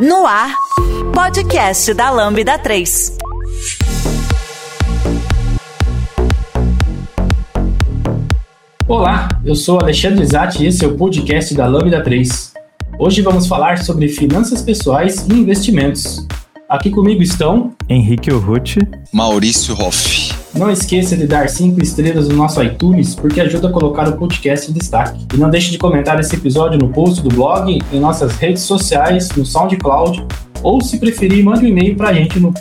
No ar, podcast da Lambda 3. Olá, eu sou Alexandre Zatti e esse é o podcast da Lambda 3. Hoje vamos falar sobre finanças pessoais e investimentos. Aqui comigo estão Henrique Urruti, Maurício Hoff. Não esqueça de dar 5 estrelas no nosso iTunes, porque ajuda a colocar o podcast em destaque. E não deixe de comentar esse episódio no post do blog, em nossas redes sociais, no SoundCloud, ou se preferir, mande um e-mail pra gente no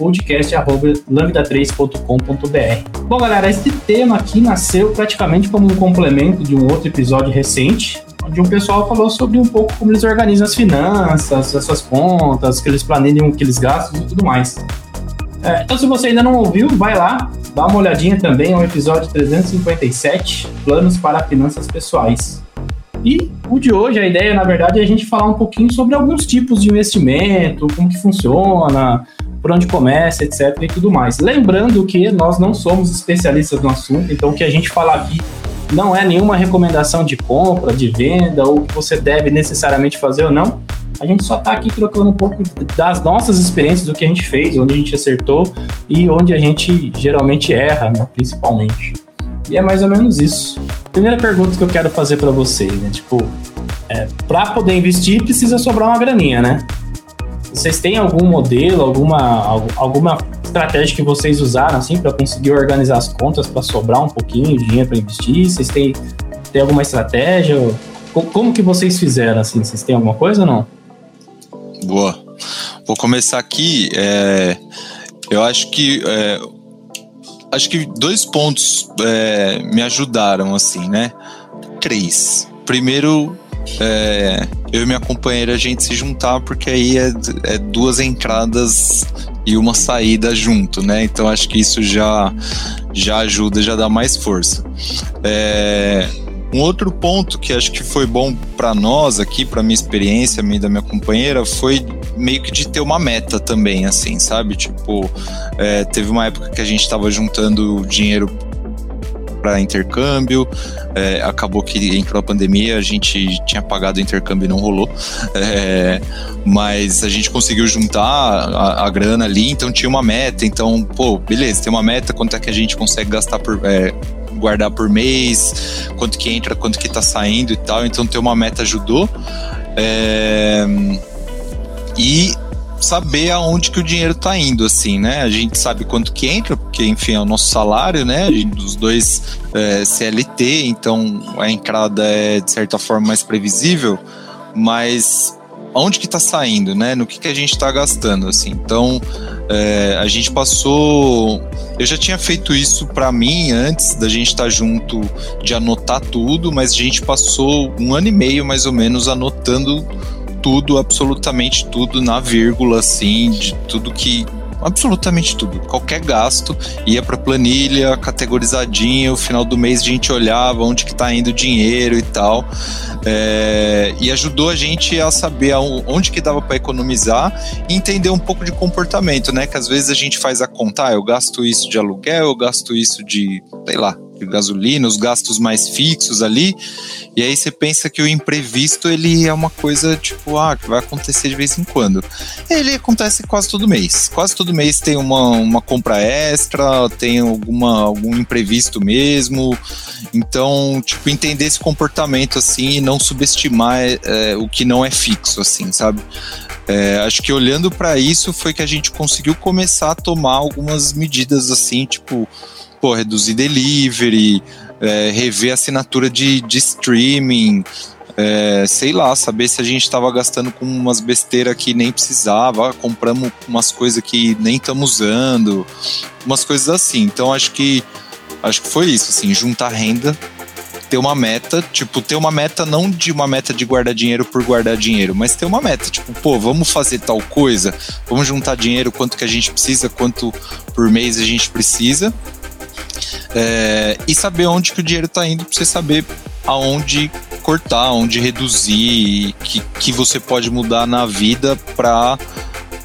podcast@lambda3.com.br. Bom, galera, esse tema aqui nasceu praticamente como um complemento de um outro episódio recente, onde um pessoal falou sobre um pouco como eles organizam as finanças, as suas contas, que eles planejam o que eles gastam e tudo mais. Então, se você ainda não ouviu, vai lá, dá uma olhadinha também ao episódio 357, Planos para Finanças Pessoais. E o de hoje, a ideia, na verdade, é a gente falar um pouquinho sobre alguns tipos de investimento, como que funciona, por onde começa, etc. e tudo mais. Lembrando que nós não somos especialistas no assunto, então o que a gente fala aqui não é nenhuma recomendação de compra, de venda, ou que você deve necessariamente fazer ou não. A gente só está aqui trocando um pouco das nossas experiências, do que a gente fez, onde a gente acertou e onde a gente geralmente erra, né, principalmente. E é mais ou menos isso. Primeira pergunta que eu quero fazer para vocês, né? Para poder investir precisa sobrar uma graninha, né? Vocês têm algum modelo, alguma estratégia que vocês usaram assim para conseguir organizar as contas, para sobrar um pouquinho de dinheiro para investir? Vocês têm alguma estratégia? Como que vocês fizeram assim? Vocês têm alguma coisa ou não? Boa. Vou começar aqui. Eu acho que dois pontos me ajudaram, assim, né? 3. Primeiro, eu e minha companheira, a gente se juntar, porque aí é 2 entradas e uma saída junto, né? Então acho que isso já ajuda, já dá mais força. Um outro ponto que acho que foi bom para nós aqui, para minha experiência, minha e da minha companheira, foi meio que de ter uma meta também, assim, sabe? Teve uma época que a gente estava juntando dinheiro para intercâmbio, acabou que entrou a pandemia, a gente tinha pagado o intercâmbio e não rolou, mas a gente conseguiu juntar a grana ali, então tinha uma meta, então, beleza, tem uma meta, quanto é que a gente consegue gastar guardar por mês, quanto que entra, quanto que tá saindo e tal, então ter uma meta ajudou, e saber aonde que o dinheiro tá indo, assim, né, a gente sabe quanto que entra, porque enfim é o nosso salário, né, dos dois CLT, então a entrada é de certa forma mais previsível, mas aonde que tá saindo, né, no que a gente tá gastando, assim, então a gente passou, eu já tinha feito isso pra mim antes da gente estar junto, de anotar tudo, mas a gente passou 1 ano e meio mais ou menos anotando tudo, absolutamente tudo na vírgula, assim, de tudo que, absolutamente tudo, qualquer gasto ia para planilha, categorizadinho, no final do mês a gente olhava onde que tá indo o dinheiro e tal, e ajudou a gente a saber onde que dava para economizar e entender um pouco de comportamento, né, que às vezes a gente faz a conta, eu gasto isso de aluguel, eu gasto isso de, sei lá, de gasolina, os gastos mais fixos ali, e aí você pensa que o imprevisto, ele é uma coisa, que vai acontecer de vez em quando. Ele acontece quase todo mês tem uma compra extra, tem algum imprevisto mesmo, então, entender esse comportamento, assim, e não subestimar o que não é fixo, assim, sabe? Acho que olhando para isso foi que a gente conseguiu começar a tomar algumas medidas, assim, reduzir delivery, rever a assinatura de streaming, sei lá, saber se a gente estava gastando com umas besteiras que nem precisava, compramos umas coisas que nem estamos usando, umas coisas assim. Então acho que foi isso, assim, juntar renda, ter uma meta, ter uma meta não de uma meta de guardar dinheiro por guardar dinheiro, mas ter uma meta, vamos fazer tal coisa, vamos juntar dinheiro, quanto que a gente precisa, quanto por mês a gente precisa, e saber onde que o dinheiro está indo, para você saber aonde cortar, onde reduzir, que você pode mudar na vida para,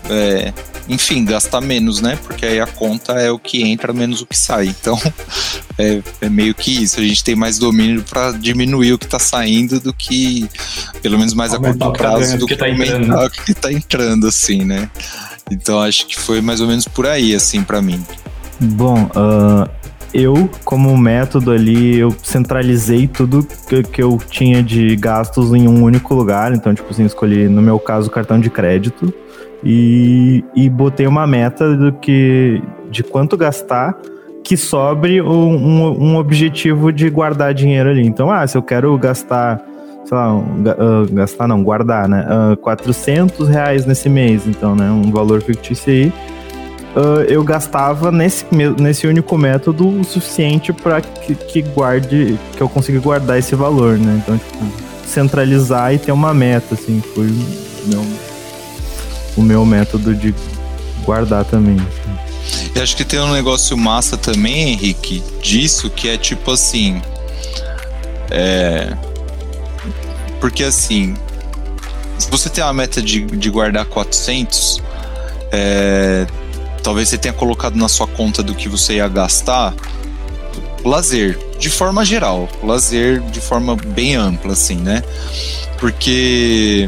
enfim, gastar menos, né? Porque aí a conta é o que entra menos o que sai. Então, é meio que isso. A gente tem mais domínio para diminuir o que tá saindo do que, pelo menos mais aumentar a curto prazo, do que aumentar o que tá entrando, assim, né? Então acho que foi mais ou menos por aí, assim, para mim. Bom, eu, como método ali, eu centralizei tudo que eu tinha de gastos em um único lugar. Então, tipo assim, escolhi, no meu caso, o cartão de crédito e botei uma meta de quanto gastar que sobre um objetivo de guardar dinheiro ali. Então, se eu quero gastar, sei lá, guardar, né? R$400 nesse mês, então, né? Um valor fictício aí. Eu gastava nesse único método o suficiente para que eu consiga guardar esse valor, né? Então, tipo, centralizar e ter uma meta, assim, foi o meu método de guardar também. Assim. Eu acho que tem um negócio massa também, Henrique, disso, que é tipo assim, porque assim, se você tem uma meta de guardar 400, talvez você tenha colocado na sua conta do que você ia gastar, lazer, de forma geral, lazer de forma bem ampla, assim, né? Porque,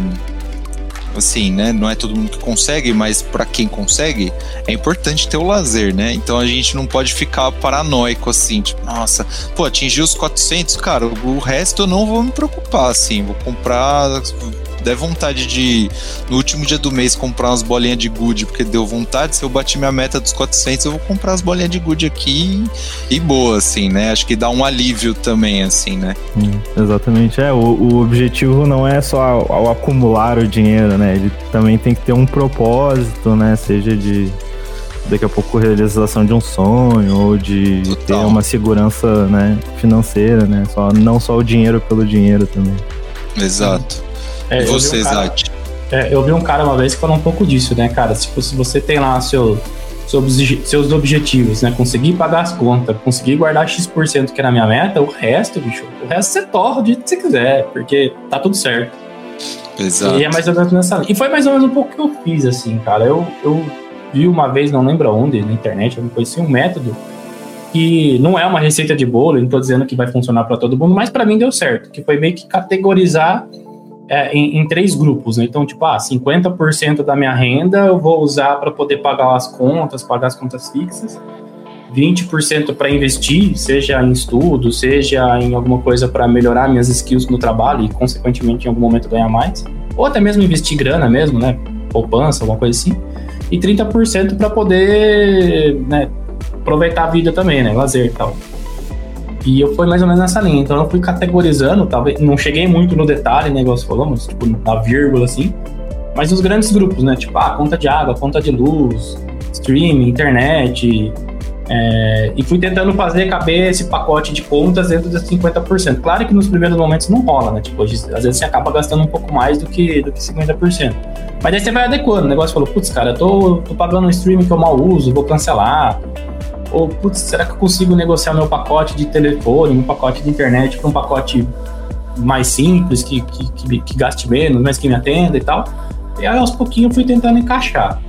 assim, né, não é todo mundo que consegue, mas para quem consegue, é importante ter o lazer, né? Então a gente não pode ficar paranoico, assim, tipo, nossa, pô, atingi os 400, cara, o resto eu não vou me preocupar, assim, vou comprar... Der vontade de, no último dia do mês, comprar umas bolinhas de gude, porque deu vontade, se eu bati minha meta dos 400, eu vou comprar as bolinhas de gude aqui e boa, assim, né? Acho que dá um alívio também, assim, né? Exatamente, o objetivo não é só ao acumular o dinheiro, né? Ele também tem que ter um propósito, né? Seja de, daqui a pouco, realização de um sonho, ou de ter uma segurança, né, financeira, né? Não só o dinheiro pelo dinheiro também. Exato. E você, Zati? Eu vi um cara uma vez que falou um pouco disso, né, cara? Se você tem lá seus objetivos, né? Conseguir pagar as contas, conseguir guardar X% que era a minha meta, o resto, bicho, você torra do jeito que você quiser, porque tá tudo certo. Exato. E é mais ou menos nessa linha. E foi mais ou menos um pouco que eu fiz, assim, cara. Eu vi uma vez, não lembro onde, na internet, eu conheci um método que não é uma receita de bolo, não tô dizendo que vai funcionar para todo mundo, mas para mim deu certo, que foi meio que categorizar em 3 grupos, né? Então, tipo, 50% da minha renda eu vou usar para poder pagar as contas fixas, 20% para investir, seja em estudo, seja em alguma coisa para melhorar minhas skills no trabalho e, consequentemente, em algum momento ganhar mais, ou até mesmo investir grana mesmo, né? Poupança, alguma coisa assim, e 30% para poder, né, aproveitar a vida também, né? Lazer e tal. E eu fui mais ou menos nessa linha, então eu fui categorizando, talvez não cheguei muito no detalhe, né, igual você falou, mas tipo na vírgula assim, mas os grandes grupos, né, tipo conta de água, conta de luz, streaming, internet, e fui tentando caber esse pacote de contas dentro dos 50%. Claro que nos primeiros momentos não rola, né, tipo, às vezes você acaba gastando um pouco mais do que 50%, mas aí você vai adequando, o negócio falou, putz, cara, eu tô pagando um streaming que eu mal uso, vou cancelar. Ou, putz, será que eu consigo negociar meu pacote de telefone, meu pacote de internet para um pacote mais simples, que gaste menos, mas que me atenda e tal? E aí, aos pouquinhos, eu fui tentando encaixar.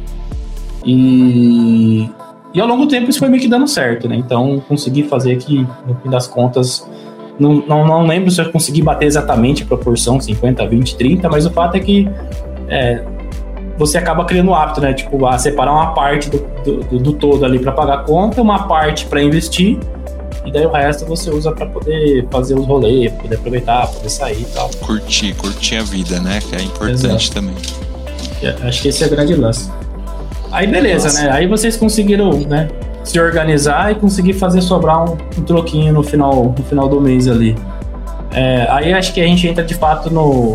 E ao longo do tempo, isso foi meio que dando certo, né? Então, consegui fazer que, no fim das contas, não lembro se eu consegui bater exatamente a proporção 50, 20, 30, mas o fato é que você acaba criando o hábito, né? Tipo, separar uma parte do todo ali para pagar a conta, uma parte para investir, e daí o resto você usa para poder fazer os rolês, poder aproveitar, poder sair e tal. Curtir a vida, né? Que é importante. Exato. Também. Acho que esse é o grande lance. Aí beleza, nossa, né? Aí vocês conseguiram, né, se organizar e conseguir fazer sobrar um troquinho no final do mês ali. Aí acho que a gente entra de fato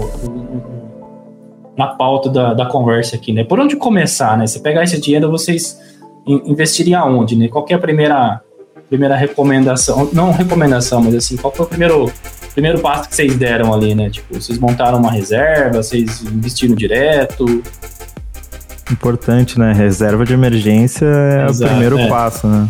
na pauta da conversa aqui, né? Por onde começar, né? Você pegar esse dinheiro, vocês investiriam aonde, né? Qual que é a primeira recomendação? Não recomendação, mas assim, qual foi o primeiro passo que vocês deram ali, né? Tipo, vocês montaram uma reserva, vocês investiram direto? Importante, né? Reserva de emergência é o primeiro passo, né?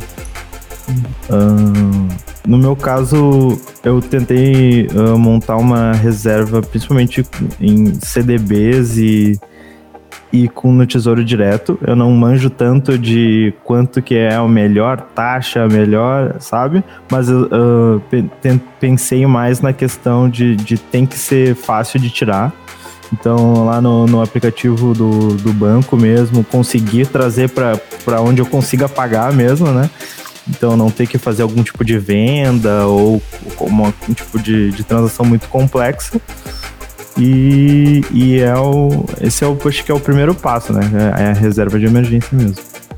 No meu caso, eu tentei montar uma reserva, principalmente em CDBs e no Tesouro Direto. Eu não manjo tanto de quanto que é a melhor taxa, melhor, sabe? Mas eu pensei mais na questão de tem que ser fácil de tirar. Então, lá no aplicativo do banco mesmo, conseguir trazer para onde eu consiga pagar mesmo, né? Então, não ter que fazer algum tipo de venda ou um tipo de transação muito complexa. E esse acho que é o primeiro passo, né? É a reserva de emergência mesmo.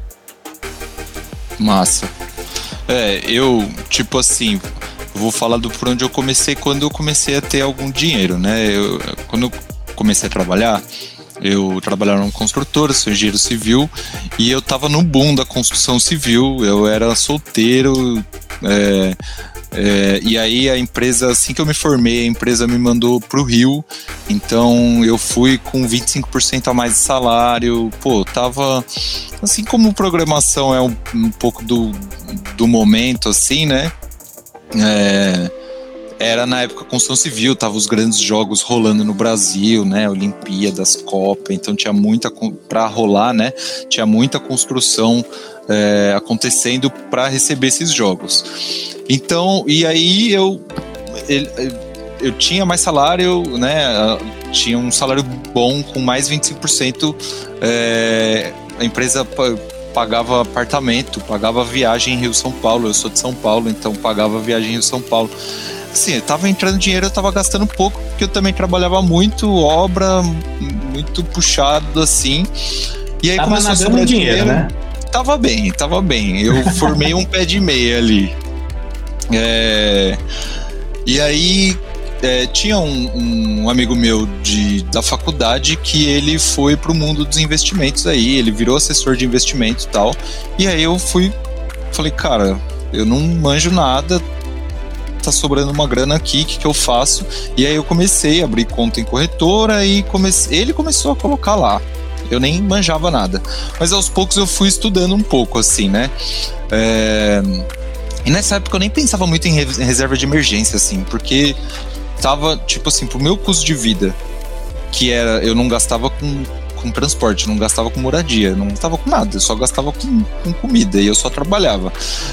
Massa. Eu, tipo assim, vou falar por onde eu comecei quando eu comecei a ter algum dinheiro, né? Quando eu comecei a trabalhar, eu trabalhava numa construtora, sou engenheiro civil, e eu tava no boom da construção civil, eu era solteiro, e aí a empresa, assim que eu me formei, a empresa me mandou pro Rio, então eu fui com 25% a mais de salário, tava, assim como programação é um pouco do momento, assim, né, era na época construção civil, tava os grandes jogos rolando no Brasil, né, Olimpíadas, Copa, então tinha muita, pra rolar, né, tinha muita construção acontecendo para receber esses jogos. Então, e aí eu tinha mais salário, né? Tinha um salário bom com mais 25%. A empresa pagava apartamento, pagava viagem em Rio-São Paulo. Eu sou de São Paulo, então pagava viagem em Rio-São Paulo. Assim, eu tava entrando dinheiro, eu tava gastando pouco, porque eu também trabalhava muito, obra, muito puxado, assim. E aí tava começou a sobrar dinheiro, né? Tava bem. Eu formei um pé de meia ali. E aí tinha um amigo meu da faculdade que ele foi pro mundo dos investimentos aí, ele virou assessor de investimentos e tal. E aí eu falei, cara, eu não manjo nada, tá sobrando uma grana aqui, o que eu faço? E aí eu comecei a abrir conta em corretora e ele começou a colocar lá. Eu nem manjava nada. Mas aos poucos eu fui estudando um pouco, assim, né? E nessa época eu nem pensava muito em reserva de emergência, assim, porque tava, tipo assim, pro meu custo de vida, que era, eu não gastava com transporte, não gastava com moradia, não gastava com nada, eu só gastava com comida e eu só trabalhava.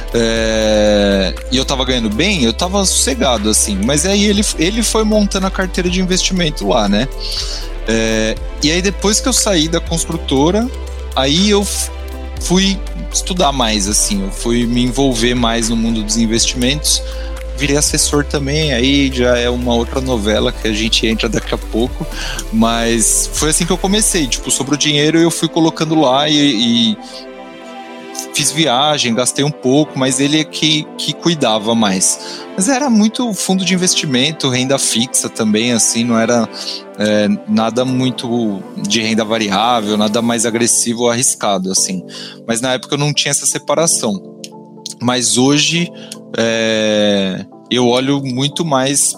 E eu tava ganhando bem, eu tava sossegado, assim, mas aí ele foi montando a carteira de investimento lá, né? E aí depois que eu saí da construtora, aí eu fui estudar mais, assim, eu fui me envolver mais no mundo dos investimentos, virei assessor também, aí já é uma outra novela que a gente entra daqui a pouco, mas foi assim que eu comecei, tipo, sobre o dinheiro eu fui colocando lá e fiz viagem, gastei um pouco, mas ele é que cuidava mais. Mas era muito fundo de investimento, renda fixa também, assim, não era nada muito de renda variável, nada mais agressivo ou arriscado, assim. Mas na época eu não tinha essa separação. Mas hoje eu olho muito mais,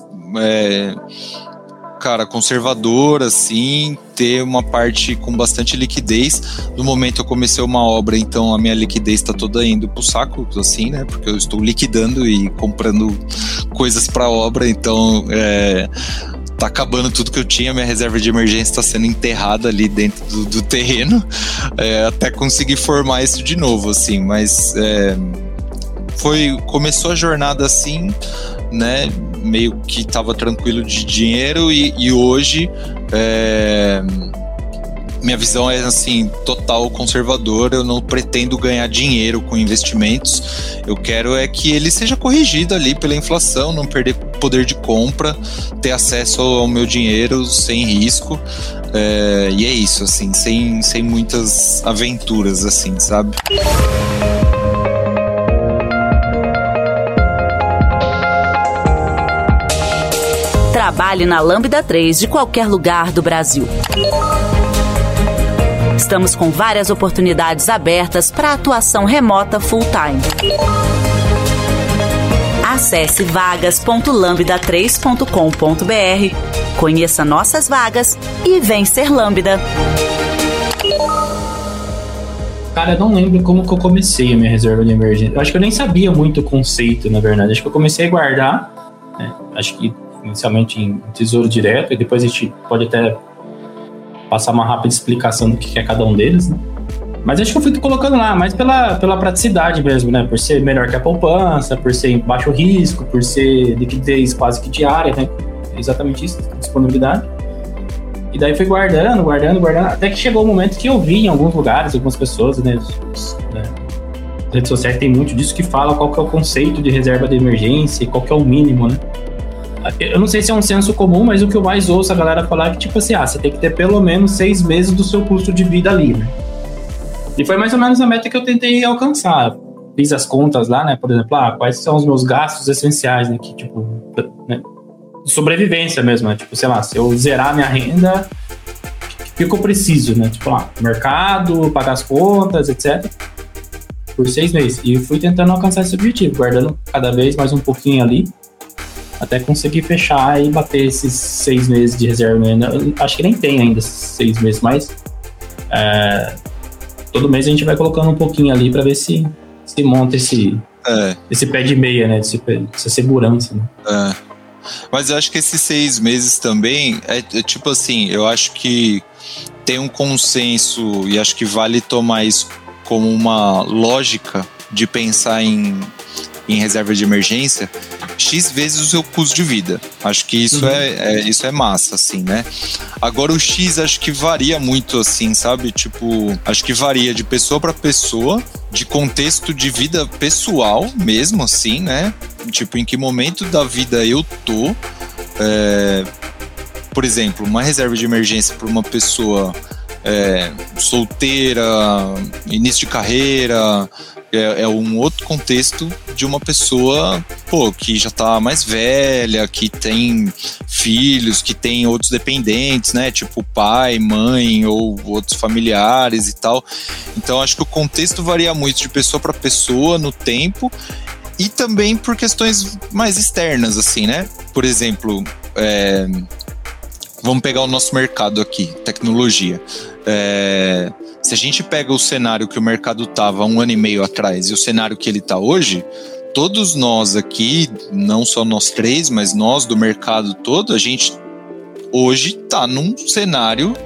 conservador, assim, ter uma parte com bastante liquidez. No momento eu comecei uma obra, então a minha liquidez está toda indo pro saco, assim, né? Porque eu estou liquidando e comprando coisas para obra, então tá acabando tudo que eu tinha, minha reserva de emergência está sendo enterrada ali dentro do terreno, até conseguir formar isso de novo, assim, mas começou a jornada assim, né, meio que estava tranquilo de dinheiro e hoje minha visão é assim, total conservadora, eu não pretendo ganhar dinheiro com investimentos, eu quero que ele seja corrigido ali pela inflação, não perder poder de compra, ter acesso ao meu dinheiro sem risco, e é isso, assim, sem muitas aventuras, assim, sabe? Trabalhe na Lambda 3 de qualquer lugar do Brasil. Estamos com várias oportunidades abertas para atuação remota full-time. Acesse vagas.lambda3.com.br, conheça nossas vagas e vem ser Lambda. Cara, eu não lembro como que eu comecei a minha reserva de emergência. Eu acho que eu nem sabia muito o conceito, na verdade. Acho que eu comecei a guardar, né? Acho que inicialmente em Tesouro Direto, e depois a gente pode até passar uma rápida explicação do que é cada um deles, né? Mas acho que eu fui colocando lá, mais pela praticidade mesmo, né? Por ser melhor que a poupança, por ser em baixo risco, por ser liquidez quase que diária, né? Exatamente isso, disponibilidade. E daí fui guardando, até que chegou o momento que eu vi em alguns lugares, algumas pessoas, né? As redes sociais tem muito disso que fala qual que é o conceito de reserva de emergência e qual que é o mínimo, né? Eu não sei se é um senso comum, mas o que eu mais ouço a galera falar é que, tipo assim, você tem que ter pelo menos 6 meses do seu custo de vida ali, né? E foi mais ou menos a meta que eu tentei alcançar. Fiz as contas lá, né? Por exemplo, quais são os meus gastos essenciais, né? Que, tipo, né? Sobrevivência mesmo, né? Tipo, sei lá, se eu zerar minha renda, o que eu preciso, né? Tipo, mercado, pagar as contas, etc. Por 6 meses. E fui tentando alcançar esse objetivo, guardando cada vez mais um pouquinho ali, até conseguir fechar e bater esses 6 meses de reserva. Eu acho que nem tem ainda esses 6 meses, mas todo mês a gente vai colocando um pouquinho ali para ver se monta esse pé de meia, né? Essa segurança, né? Mas eu acho que esses 6 meses também é tipo assim, eu acho que tem um consenso e acho que vale tomar isso como uma lógica de pensar em reserva de emergência, X vezes o seu custo de vida. Acho que isso isso é massa, assim, né? Agora o X acho que varia muito, assim, sabe? Tipo, acho que varia de pessoa para pessoa, de contexto de vida pessoal mesmo, assim, né? Tipo, em que momento da vida eu tô. Por exemplo, uma reserva de emergência para uma pessoa solteira, início de carreira, é um outro contexto de uma pessoa, que já tá mais velha, que tem filhos, que tem outros dependentes, né? Tipo pai, mãe ou outros familiares e tal. Então acho que o contexto varia muito de pessoa para pessoa no tempo e também por questões mais externas, assim, né? Por exemplo, vamos pegar o nosso mercado aqui, tecnologia. Se a gente pega o cenário que o mercado estava 1 ano e meio atrás e o cenário que ele está hoje, todos nós aqui, não só nós 3, mas nós do mercado todo, a gente hoje está num cenário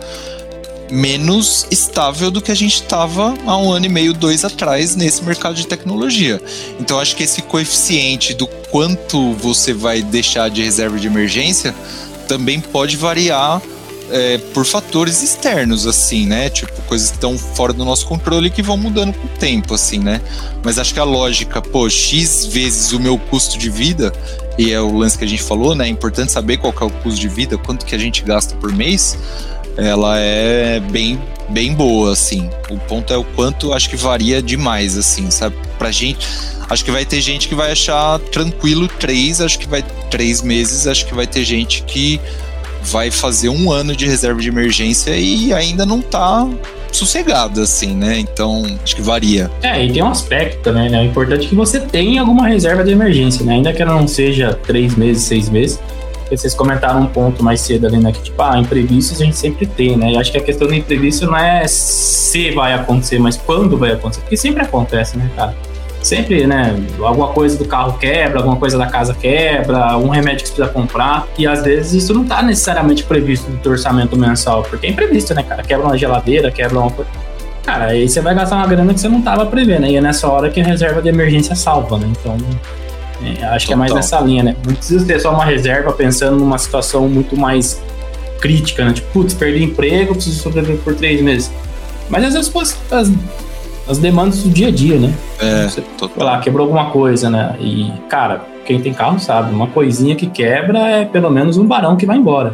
menos estável do que a gente estava há 1 ano e meio, 2 atrás nesse mercado de tecnologia. Então acho que esse coeficiente do quanto você vai deixar de reserva de emergência também pode variar por fatores externos, assim, né? Tipo, coisas que estão fora do nosso controle e que vão mudando com o tempo, assim, né? Mas acho que a lógica, X vezes o meu custo de vida, e é o lance que a gente falou, né? É importante saber qual que é o custo de vida, quanto que a gente gasta por mês, ela é bem boa, assim. O ponto é o quanto, acho que varia demais, assim, sabe? Pra gente, acho que vai ter gente que vai achar tranquilo 3 meses, acho que vai ter gente que vai fazer 1 ano de reserva de emergência e ainda não tá sossegada, assim, né? Então, acho que varia. E tem um aspecto também, né? O importante é que você tenha alguma reserva de emergência, né? Ainda que ela não seja 3 meses, 6 meses. Porque vocês comentaram um ponto mais cedo ali, né? Que, tipo, imprevistos a gente sempre tem, né? E acho que a questão do imprevisto não é se vai acontecer, mas quando vai acontecer. Porque sempre acontece, né, cara? Sempre, né, alguma coisa do carro quebra, alguma coisa da casa quebra, um remédio que você precisa comprar, e às vezes isso não tá necessariamente previsto no teu orçamento mensal, porque é imprevisto, né, cara? Quebra uma geladeira, quebra uma coisa. Cara, aí você vai gastar uma grana que você não tava prevendo, e é nessa hora que a reserva de emergência salva, né? Então, acho que é mais nessa linha, né? Não precisa ter só uma reserva pensando numa situação muito mais crítica, né? Tipo, putz, perdi emprego, preciso sobreviver por 3 meses. Mas às vezes as demandas do dia a dia, né? Você, sei lá, quebrou alguma coisa, né? E, cara, quem tem carro sabe, uma coisinha que quebra é pelo menos um barão que vai embora.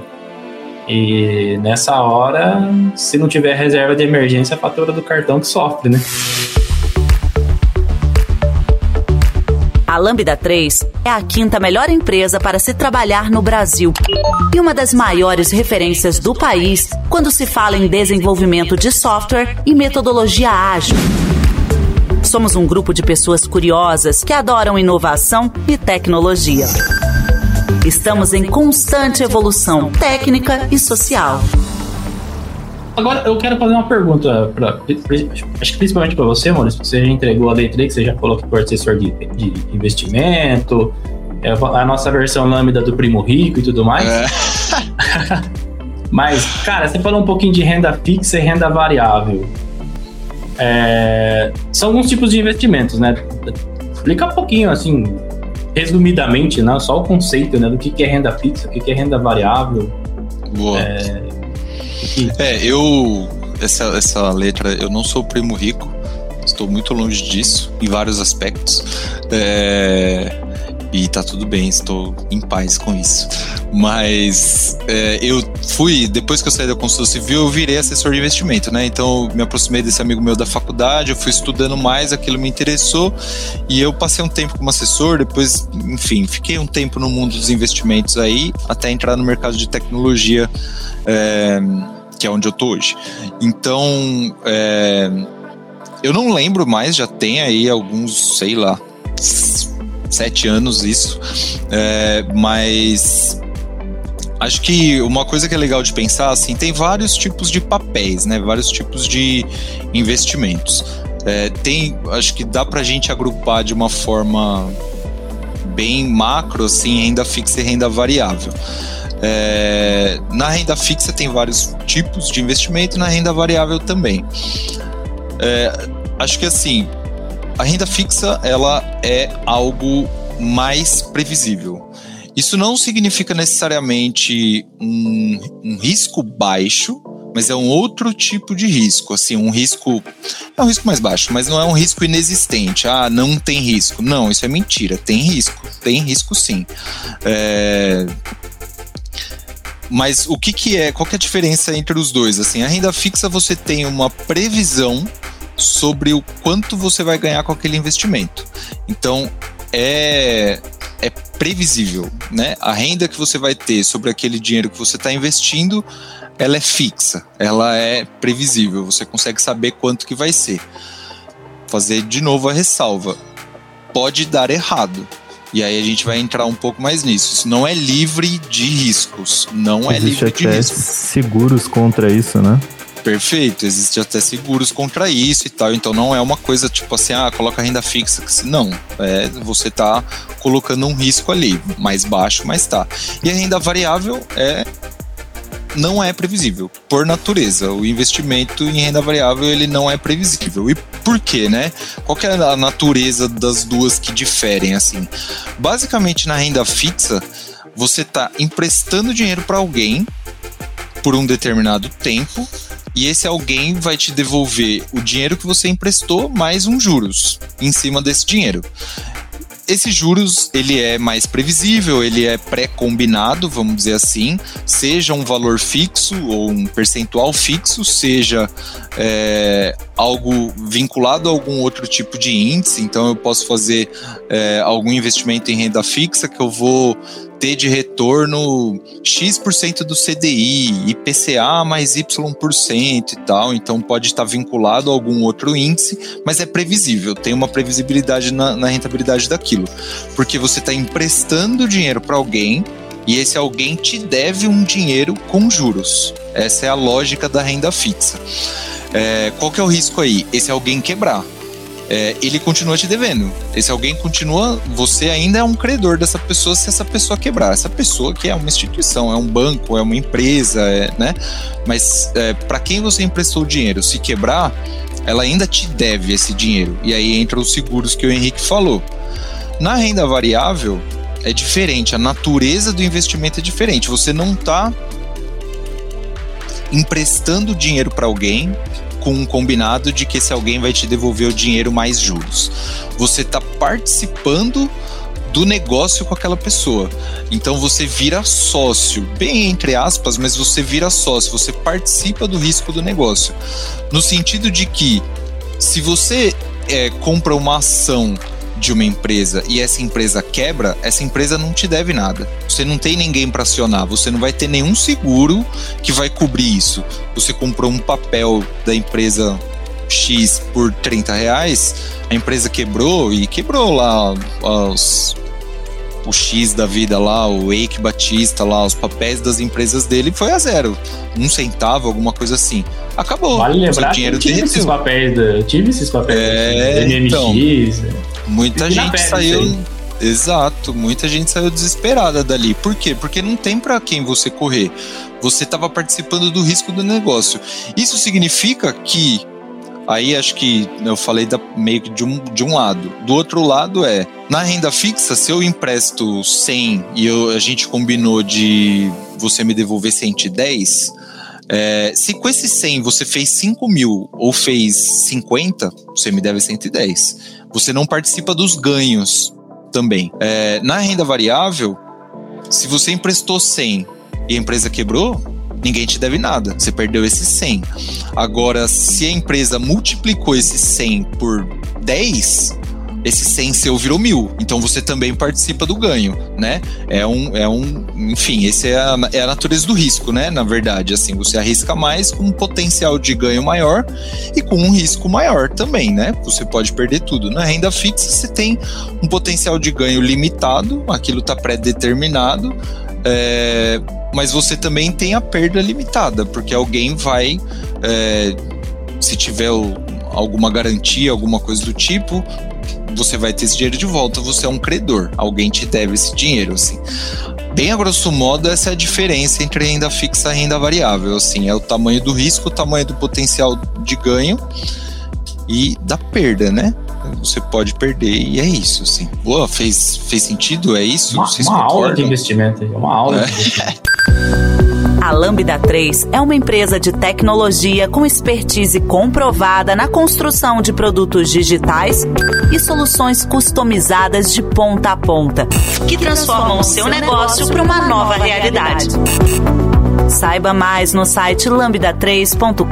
E nessa hora, se não tiver reserva de emergência, a fatura do cartão que sofre, né? A Lambda 3 é a 5ª melhor empresa para se trabalhar no Brasil e uma das maiores referências do país quando se fala em desenvolvimento de software e metodologia ágil. Somos um grupo de pessoas curiosas que adoram inovação e tecnologia. Estamos em constante evolução técnica e social. Agora, eu quero fazer uma pergunta, acho que principalmente para você, Maurício, você já entregou a Day Trade, você já falou que foi assessor de investimento, a nossa versão lambda do Primo Rico e tudo mais. Mas, cara, você falou um pouquinho de renda fixa e renda variável. São alguns tipos de investimentos, né? Explica um pouquinho, assim, resumidamente, né? Só o conceito, né? Do que é renda fixa, o que é renda variável. Boa. Essa letra, eu não sou primo rico, estou muito longe disso, em vários aspectos. E tá tudo bem, estou em paz com isso. Mas depois que eu saí da construção civil, eu virei assessor de investimento, né? Então eu me aproximei desse amigo meu da faculdade, eu fui estudando mais, aquilo me interessou, e eu passei um tempo como assessor, depois, enfim, fiquei um tempo no mundo dos investimentos aí, até entrar no mercado de tecnologia, que é onde eu tô hoje. Então, eu não lembro mais, já tem aí alguns, sei lá, 7 anos isso, mas acho que uma coisa que é legal de pensar, assim, tem vários tipos de papéis, né, vários tipos de investimentos. Acho que dá pra gente agrupar de uma forma bem macro, assim, renda fixa e renda variável. Na renda fixa tem vários tipos de investimento, na renda variável também. Acho que assim, a renda fixa, ela é algo mais previsível. Isso não significa necessariamente um risco baixo, mas é um outro tipo de risco. Assim, é um risco mais baixo, mas não é um risco inexistente. Não tem risco. Não, isso é mentira. Tem risco sim. Mas qual que é a diferença entre os dois? Assim, a renda fixa, você tem uma previsão sobre o quanto você vai ganhar com aquele investimento. Então, é previsível, né? A renda que você vai ter sobre aquele dinheiro que você está investindo, ela é fixa, ela é previsível, você consegue saber quanto que vai ser. Fazer de novo a ressalva, pode dar errado, e aí a gente vai entrar um pouco mais nisso. Isso não é livre de riscos, não é livre de riscos. Seguros contra isso, né? Perfeito, existe até seguros contra isso e tal, então não é uma coisa tipo assim, coloca renda fixa, não, você tá colocando um risco ali, mais baixo, mas tá. E a renda variável não é previsível, por natureza. O investimento em renda variável, ele não é previsível. E por quê, né? Qual que é a natureza das duas que diferem, assim? Basicamente, na renda fixa, você tá emprestando dinheiro para alguém por um determinado tempo, e esse alguém vai te devolver o dinheiro que você emprestou mais uns juros em cima desse dinheiro. Esse juros, ele é mais previsível, ele é pré-combinado, vamos dizer assim, seja um valor fixo ou um percentual fixo, seja algo vinculado a algum outro tipo de índice. Então eu posso fazer algum investimento em renda fixa que eu vou ter de retorno X% do CDI, IPCA mais Y% e tal, então pode estar vinculado a algum outro índice, mas é previsível, tem uma previsibilidade na rentabilidade daquilo, porque você está emprestando dinheiro para alguém e esse alguém te deve um dinheiro com juros. Essa é a lógica da renda fixa. Qual que é o risco aí? Esse alguém quebrar. Ele continua te devendo. Esse alguém continua, você ainda é um credor dessa pessoa se essa pessoa quebrar. Essa pessoa que é uma instituição, é um banco, é uma empresa, né? Mas para quem você emprestou o dinheiro, se quebrar, ela ainda te deve esse dinheiro. E aí entra os seguros que o Henrique falou. Na renda variável é diferente, a natureza do investimento é diferente. Você não está emprestando dinheiro para alguém com um combinado de que esse alguém vai te devolver o dinheiro mais juros. Você está participando do negócio com aquela pessoa. Então você vira sócio, bem entre aspas, mas você vira sócio, você participa do risco do negócio. No sentido de que, se você compra uma ação de uma empresa e essa empresa quebra, essa empresa não te deve nada. Você não tem ninguém para acionar, você não vai ter nenhum seguro que vai cobrir isso. Você comprou um papel da empresa X por R$30, a empresa quebrou lá o X da vida lá, o Eike Batista lá, os papéis das empresas dele foi a zero, 1 centavo, alguma coisa assim. Acabou. Vale lembrar que eu tive esses papéis da MMX. Então, muita gente saiu Exato, muita gente saiu desesperada dali. Por quê? Porque não tem para quem você correr. Você estava participando do risco do negócio. Isso significa que, aí acho que eu falei meio que de um lado. Do outro lado na renda fixa, se eu empresto 100 e a gente combinou de você me devolver 110, se com esse 100 você fez 5 mil ou fez 50, você me deve 110. Você não participa dos ganhos também. Na renda variável, se você emprestou 100 e a empresa quebrou, ninguém te deve nada, você perdeu esse 100. Agora, se a empresa multiplicou esse 100 por 10, esse 100 seu virou 1000, então você também participa do ganho, né? Enfim, esse é a natureza do risco, né? Na verdade, assim, você arrisca mais com um potencial de ganho maior e com um risco maior também, né? Você pode perder tudo. Na renda fixa, você tem um potencial de ganho limitado, aquilo está pré-determinado, mas você também tem a perda limitada, porque alguém vai, se tiver alguma garantia, alguma coisa do tipo, você vai ter esse dinheiro de volta, você é um credor, alguém te deve esse dinheiro, assim. Bem a grosso modo, essa é a diferença entre renda fixa e renda variável, assim, é o tamanho do risco, o tamanho do potencial de ganho e da perda, né? Você pode perder e é isso, assim. Boa, fez sentido? É isso? Uma aula de investimento, uma aula de investimento. A Lambda 3 é uma empresa de tecnologia com expertise comprovada na construção de produtos digitais e soluções customizadas de ponta a ponta, que transformam o seu negócio para uma nova realidade. Saiba mais no site lambda3.com.br.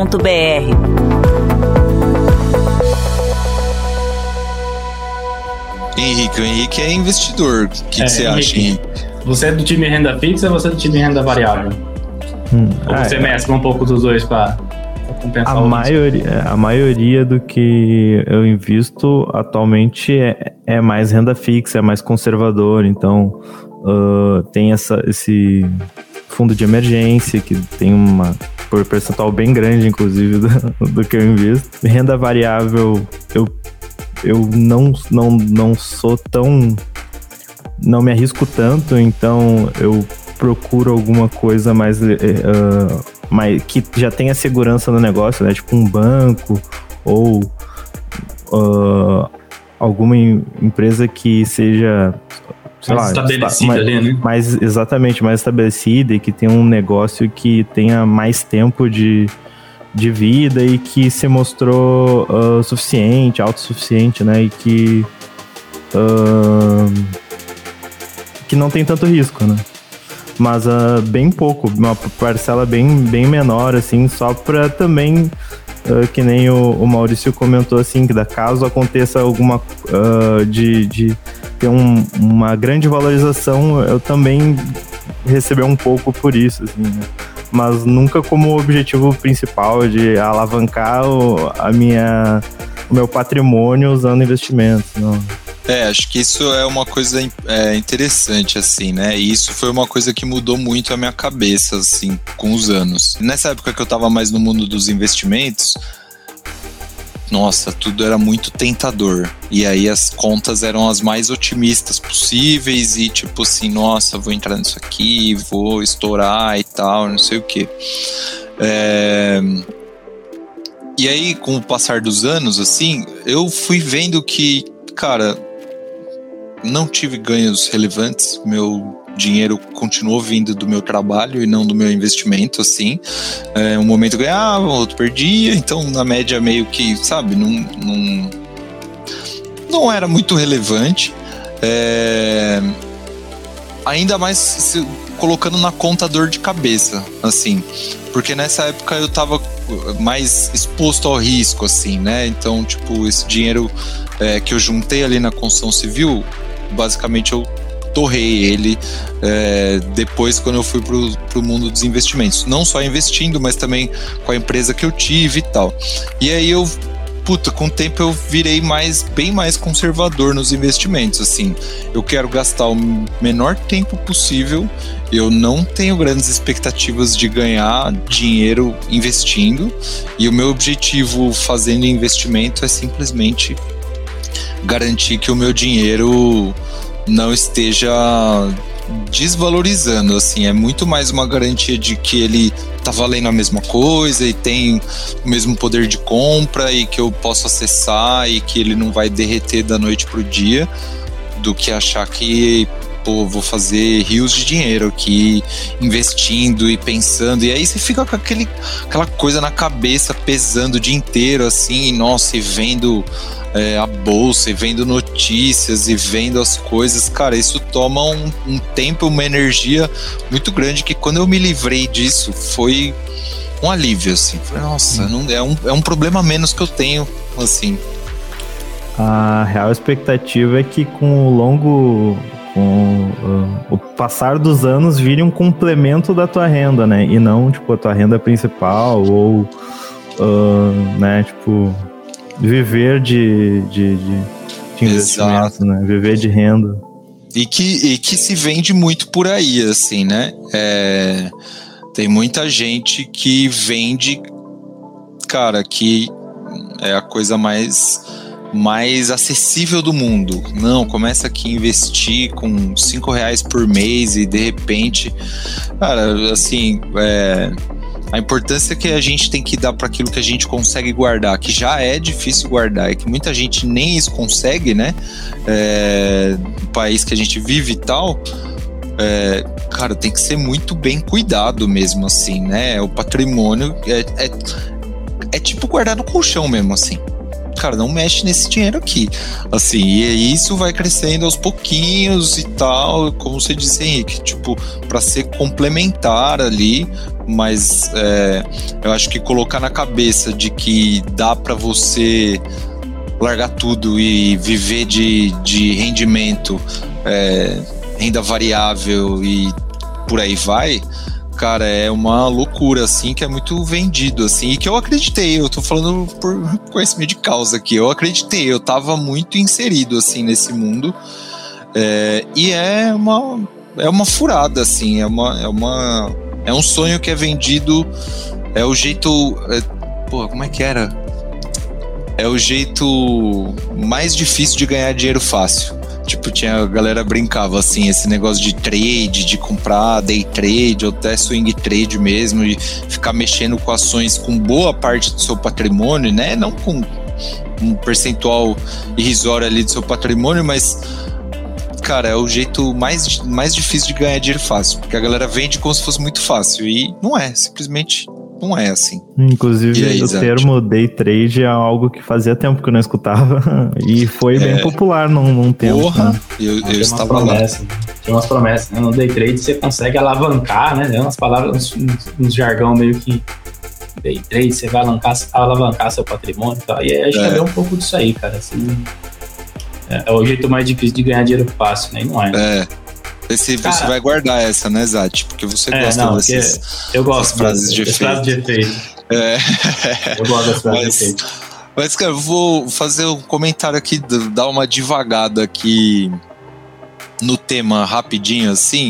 Henrique, o Henrique é investidor. O que você acha, Henrique? Você é do time renda fixa ou você é do time renda variável? Ou você mescla um pouco dos dois para compensar a maioria do que eu invisto atualmente é mais renda fixa, é mais conservador. Então, tem esse fundo de emergência que tem por percentual bem grande, inclusive, do que eu invisto. Renda variável, eu não sou tão... não me arrisco tanto, então eu procuro alguma coisa mais que já tenha segurança no negócio, né? Tipo um banco ou alguma empresa que seja, sei mais lá, estabelecida ali, né? Mais estabelecida e que tenha um negócio que tenha mais tempo de vida e que se mostrou autossuficiente, né? E que não tem tanto risco, né? Mas bem pouco, uma parcela bem menor, assim, só para também, que nem o Maurício comentou, assim, que caso aconteça alguma de ter uma grande valorização, eu também receber um pouco por isso, assim, né? Mas nunca como objetivo principal de alavancar o meu patrimônio usando investimentos, não. Acho que isso é uma coisa interessante, assim, né? E isso foi uma coisa que mudou muito a minha cabeça, assim, com os anos. Nessa época que eu tava mais no mundo dos investimentos, nossa, tudo era muito tentador. E aí as contas eram as mais otimistas possíveis e tipo assim, nossa, vou entrar nisso aqui, vou estourar e tal, não sei o quê. E aí, com o passar dos anos, assim, eu fui vendo que, cara, não tive ganhos relevantes, meu dinheiro continuou vindo do meu trabalho e não do meu investimento, assim. Um momento eu ganhava, outro perdia, então na média meio que, sabe, não era muito relevante. Ainda mais colocando na conta dor de cabeça, assim, porque nessa época eu tava mais exposto ao risco, assim, né? Então, tipo, esse dinheiro que eu juntei ali na construção civil, basicamente eu torrei ele depois quando eu fui pro mundo dos investimentos, não só investindo, mas também com a empresa que eu tive e tal. E aí com o tempo eu virei bem mais conservador nos investimentos, assim. Eu quero gastar o menor tempo possível, eu não tenho grandes expectativas de ganhar dinheiro investindo, e o meu objetivo fazendo investimento é simplesmente garantir que o meu dinheiro não esteja desvalorizando, assim, é muito mais uma garantia de que ele tá valendo a mesma coisa e tem o mesmo poder de compra e que eu posso acessar e que ele não vai derreter da noite pro dia, do que achar que, pô, vou fazer rios de dinheiro aqui, investindo e pensando, e aí você fica com aquela coisa na cabeça, pesando o dia inteiro, assim, nossa, e vendo a bolsa, e vendo notícias, e vendo as coisas, cara, isso toma um tempo, uma energia muito grande, que quando eu me livrei disso, foi um alívio, assim, falei, nossa, não, é um problema menos que eu tenho, assim. A real expectativa é que com o passar dos anos vire um complemento da tua renda, né? E não, tipo, a tua renda principal ou, né, tipo, viver de investimento, né? Viver de renda. E que se vende muito por aí, assim, né? Tem muita gente que vende, cara, que é a coisa mais acessível do mundo. Não, começa aqui a investir com R$5 por mês e de repente, cara, assim, a importância que a gente tem que dar para aquilo que a gente consegue guardar, que já é difícil guardar, é que muita gente nem isso consegue, né? No país que a gente vive e tal, cara, tem que ser muito bem cuidado mesmo, assim, né? O patrimônio é tipo guardar no colchão mesmo, assim. Cara, não mexe nesse dinheiro aqui, assim, e isso vai crescendo aos pouquinhos e tal, como você disse, Henrique, tipo, para ser complementar ali, mas eu acho que colocar na cabeça de que dá para você largar tudo e viver de rendimento, renda variável e por aí vai, cara, é uma loucura, assim, que é muito vendido, assim, e que eu acreditei, eu tô falando por conhecimento de causa aqui, eu acreditei, eu tava muito inserido, assim, nesse mundo, e é uma furada, assim, é um sonho que é vendido, é o jeito, como é que era? É o jeito mais difícil de ganhar dinheiro fácil. Tipo, a galera brincava assim, esse negócio de trade, de comprar day trade ou até swing trade mesmo, e ficar mexendo com ações com boa parte do seu patrimônio, né? Não com um percentual irrisório ali do seu patrimônio, mas, cara, é o jeito mais difícil de ganhar dinheiro fácil, porque a galera vende como se fosse muito fácil, e não é, simplesmente não é assim. Inclusive, aí, o termo day trade é algo que fazia tempo que eu não escutava e foi bem popular num tempo. Porra, né? eu estava lá. Tinha umas promessas, né? No day trade você consegue alavancar, né? Tem umas palavras, uns jargão meio que day trade, você vai alavancar seu patrimônio e tal. E acho que é um pouco disso aí, cara. Assim, é o jeito mais difícil de ganhar dinheiro fácil, né? E não é. Você vai guardar essa, né, Zati? Porque você gosta dessas frases de efeito. Eu gosto das frases de efeito. Mas, cara, eu vou fazer um comentário aqui, dar uma divagada aqui no tema rapidinho, assim.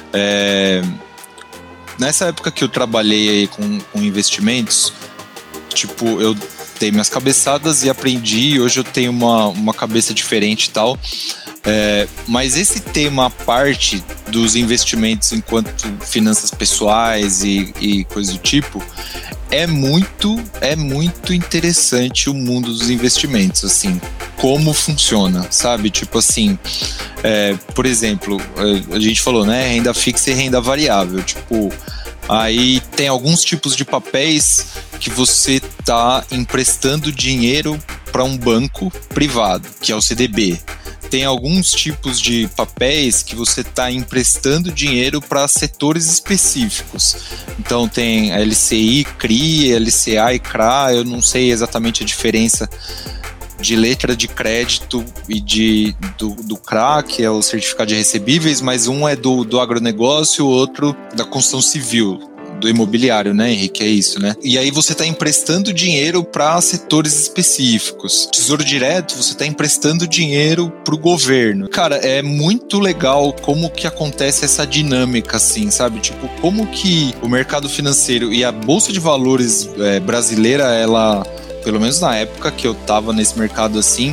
Nessa época que eu trabalhei aí com investimentos, tipo, eu dei minhas cabeçadas e aprendi, hoje eu tenho uma cabeça diferente e tal. Mas esse tema à parte dos investimentos enquanto finanças pessoais e coisa do tipo, é muito interessante o mundo dos investimentos, assim, como funciona, sabe? Tipo assim, por exemplo, a gente falou, né, renda fixa e renda variável, tipo, aí tem alguns tipos de papéis que você tá emprestando dinheiro para um banco privado, que é o CDB. Tem alguns tipos de papéis que você está emprestando dinheiro para setores específicos. Então tem a LCI, CRI, LCA e CRA, eu não sei exatamente a diferença de letra de crédito e do CRA, que é o certificado de recebíveis, mas um é do agronegócio, o outro da construção civil, do imobiliário, né, Henrique? É isso, né? E aí você está emprestando dinheiro para setores específicos. Tesouro Direto, você está emprestando dinheiro para o governo. Cara, é muito legal como que acontece essa dinâmica, assim, sabe? Tipo, como que o mercado financeiro e a Bolsa de Valores brasileira, ela, pelo menos na época que eu tava nesse mercado assim,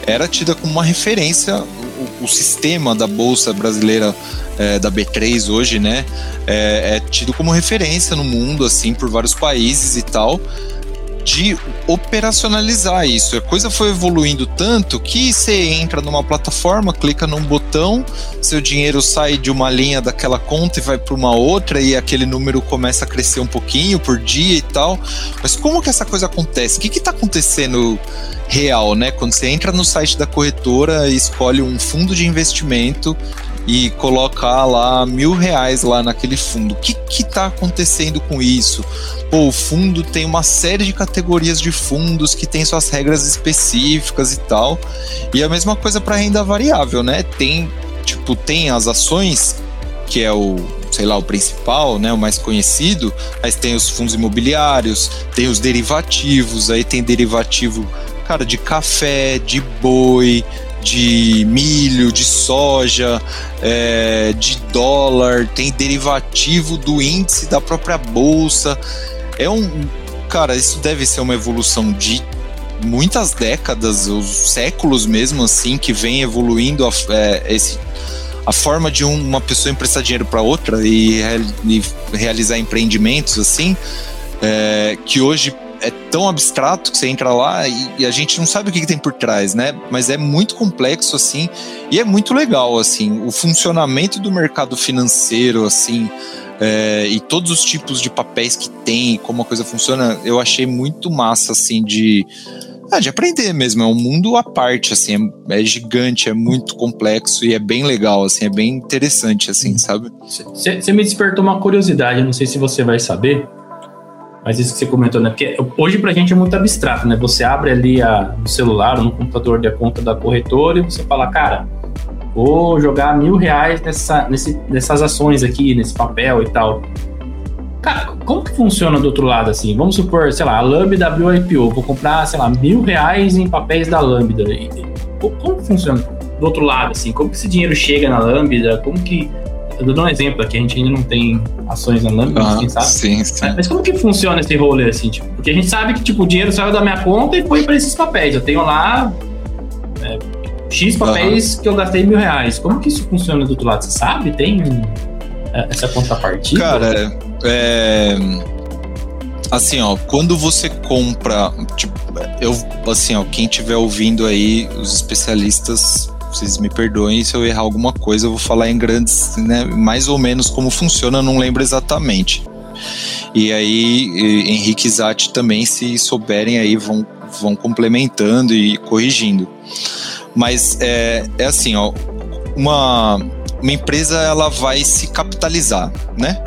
era tida como uma referência, o sistema da Bolsa Brasileira, da B3 hoje, né, é tido como referência no mundo, assim, por vários países e tal, de operacionalizar isso. A coisa foi evoluindo tanto que você entra numa plataforma, clica num botão, seu dinheiro sai de uma linha daquela conta e vai para uma outra, e aquele número começa a crescer um pouquinho por dia e tal. Mas como que essa coisa acontece? O que está acontecendo real, né? Quando você entra no site da corretora e escolhe um fundo de investimento e colocar lá R$1.000 lá naquele fundo, o que está acontecendo com isso? Pô, o fundo tem uma série de categorias de fundos que tem suas regras específicas e tal, e a mesma coisa para renda variável, né? Tem as ações, que é o principal, né, o mais conhecido, mas tem os fundos imobiliários, tem os derivativos, aí tem derivativo, cara, de café, de boi, de milho, de soja, de dólar, tem derivativo do índice da própria bolsa. Cara, isso deve ser uma evolução de muitas décadas, ou séculos mesmo, assim, que vem evoluindo a forma de uma pessoa emprestar dinheiro para outra e realizar empreendimentos, assim, que hoje é tão abstrato que você entra lá e a gente não sabe o que tem por trás, né? Mas é muito complexo, assim, e é muito legal, assim, o funcionamento do mercado financeiro, assim, e todos os tipos de papéis que tem, como a coisa funciona, eu achei muito massa, assim, de aprender mesmo. É um mundo à parte, assim, é gigante, é muito complexo e é bem legal, assim, é bem interessante, assim, sabe? Você me despertou uma curiosidade, eu não sei se você vai saber, mas isso que você comentou, né? Porque hoje pra gente é muito abstrato, né? Você abre ali no celular ou no computador a conta da corretora e você fala, cara, vou jogar R$1.000 nessas ações aqui, nesse papel e tal. Cara, como que funciona do outro lado, assim? Vamos supor, sei lá, a Lambda abriu IPO, vou comprar, sei lá, R$1.000 em papéis da Lambda. Como que funciona do outro lado, assim? Como que esse dinheiro chega na Lambda? Como que... Eu dou um exemplo aqui, a gente ainda não tem ações na Lambda, quem sabe? Sim. Mas como que funciona esse rolê, assim, tipo? Porque a gente sabe que, tipo, o dinheiro saiu da minha conta e foi para esses papéis. Eu tenho lá X papéis que eu gastei R$1.000. Como que isso funciona do outro lado? Você sabe? Tem essa contrapartida? Cara, assim, ó, quando você compra, tipo, quem estiver ouvindo aí, os especialistas, vocês me perdoem se eu errar alguma coisa, eu vou falar em grandes, né, mais ou menos como funciona, eu não lembro exatamente. E aí, Henrique e Zatti também, se souberem aí, vão complementando e corrigindo. Mas é assim, ó, uma empresa, ela vai se capitalizar, né?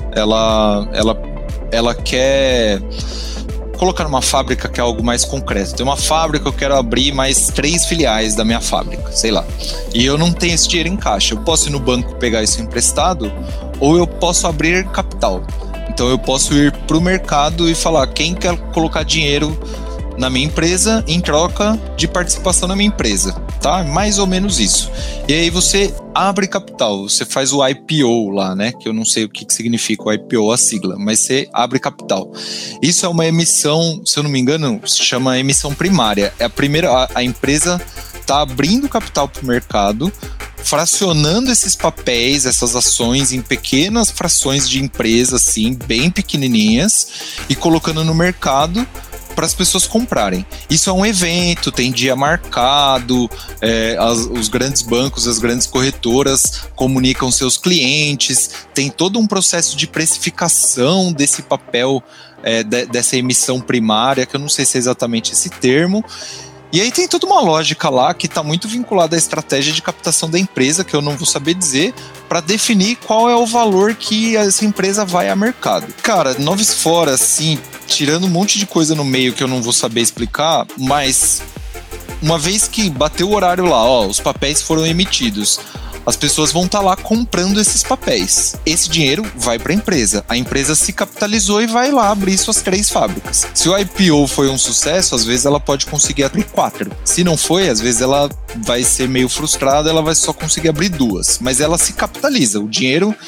Ela quer colocar numa fábrica, que é algo mais concreto. Tem uma fábrica, eu quero abrir mais 3 filiais da minha fábrica, sei lá. E eu não tenho esse dinheiro em caixa. Eu posso ir no banco pegar isso emprestado, ou eu posso abrir capital. Então eu posso ir para o mercado e falar, quem quer colocar dinheiro na minha empresa em troca de participação na minha empresa, tá? Mais ou menos isso. E aí você abre capital, você faz o IPO lá, né? Que eu não sei o que significa o IPO, a sigla, mas você abre capital. Isso é uma emissão, se eu não me engano, se chama emissão primária. É a empresa está abrindo capital para o mercado, fracionando esses papéis, essas ações em pequenas frações de empresa, assim, bem pequenininhas, e colocando no mercado para as pessoas comprarem. Isso é um evento, tem dia marcado, os grandes bancos, as grandes corretoras comunicam seus clientes, tem todo um processo de precificação desse papel, dessa emissão primária, que eu não sei se é exatamente esse termo. E aí tem toda uma lógica lá que está muito vinculada à estratégia de captação da empresa, que eu não vou saber dizer, para definir qual é o valor que essa empresa vai a mercado. Cara, noves fora, assim, tirando um monte de coisa no meio que eu não vou saber explicar, mas uma vez que bateu o horário lá, ó, os papéis foram emitidos, as pessoas vão estar lá comprando esses papéis. Esse dinheiro vai para a empresa se capitalizou e vai lá abrir suas 3 fábricas. Se o IPO foi um sucesso, às vezes ela pode conseguir abrir 4. Se não foi, às vezes ela vai ser meio frustrada, ela vai só conseguir abrir 2. Mas ela se capitaliza, o dinheiro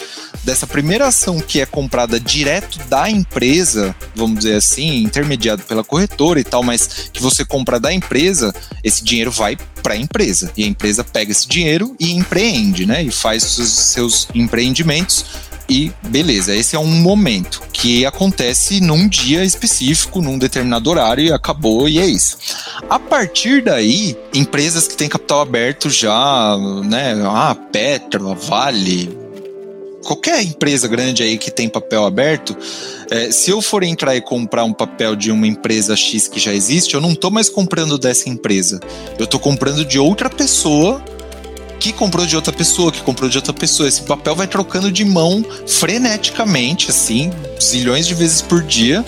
dessa primeira ação que é comprada direto da empresa, vamos dizer assim, intermediado pela corretora e tal, mas que você compra da empresa, esse dinheiro vai para a empresa. E a empresa pega esse dinheiro e empreende, né? E faz os seus empreendimentos. E beleza, esse é um momento que acontece num dia específico, num determinado horário e acabou e é isso. A partir daí, empresas que têm capital aberto já, né, Petro, Vale, qualquer empresa grande aí que tem papel aberto, se eu for entrar e comprar um papel de uma empresa X que já existe, eu não estou mais comprando dessa empresa, eu estou comprando de outra pessoa que comprou de outra pessoa, que comprou de outra pessoa. Esse papel vai trocando de mão freneticamente, assim, zilhões de vezes por dia,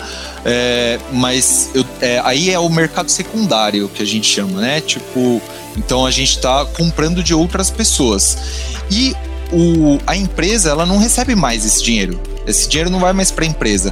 mas aí é o mercado secundário que a gente chama, né? Tipo, então a gente está comprando de outras pessoas. E a empresa, ela não recebe mais esse dinheiro. Esse dinheiro não vai mais para a empresa.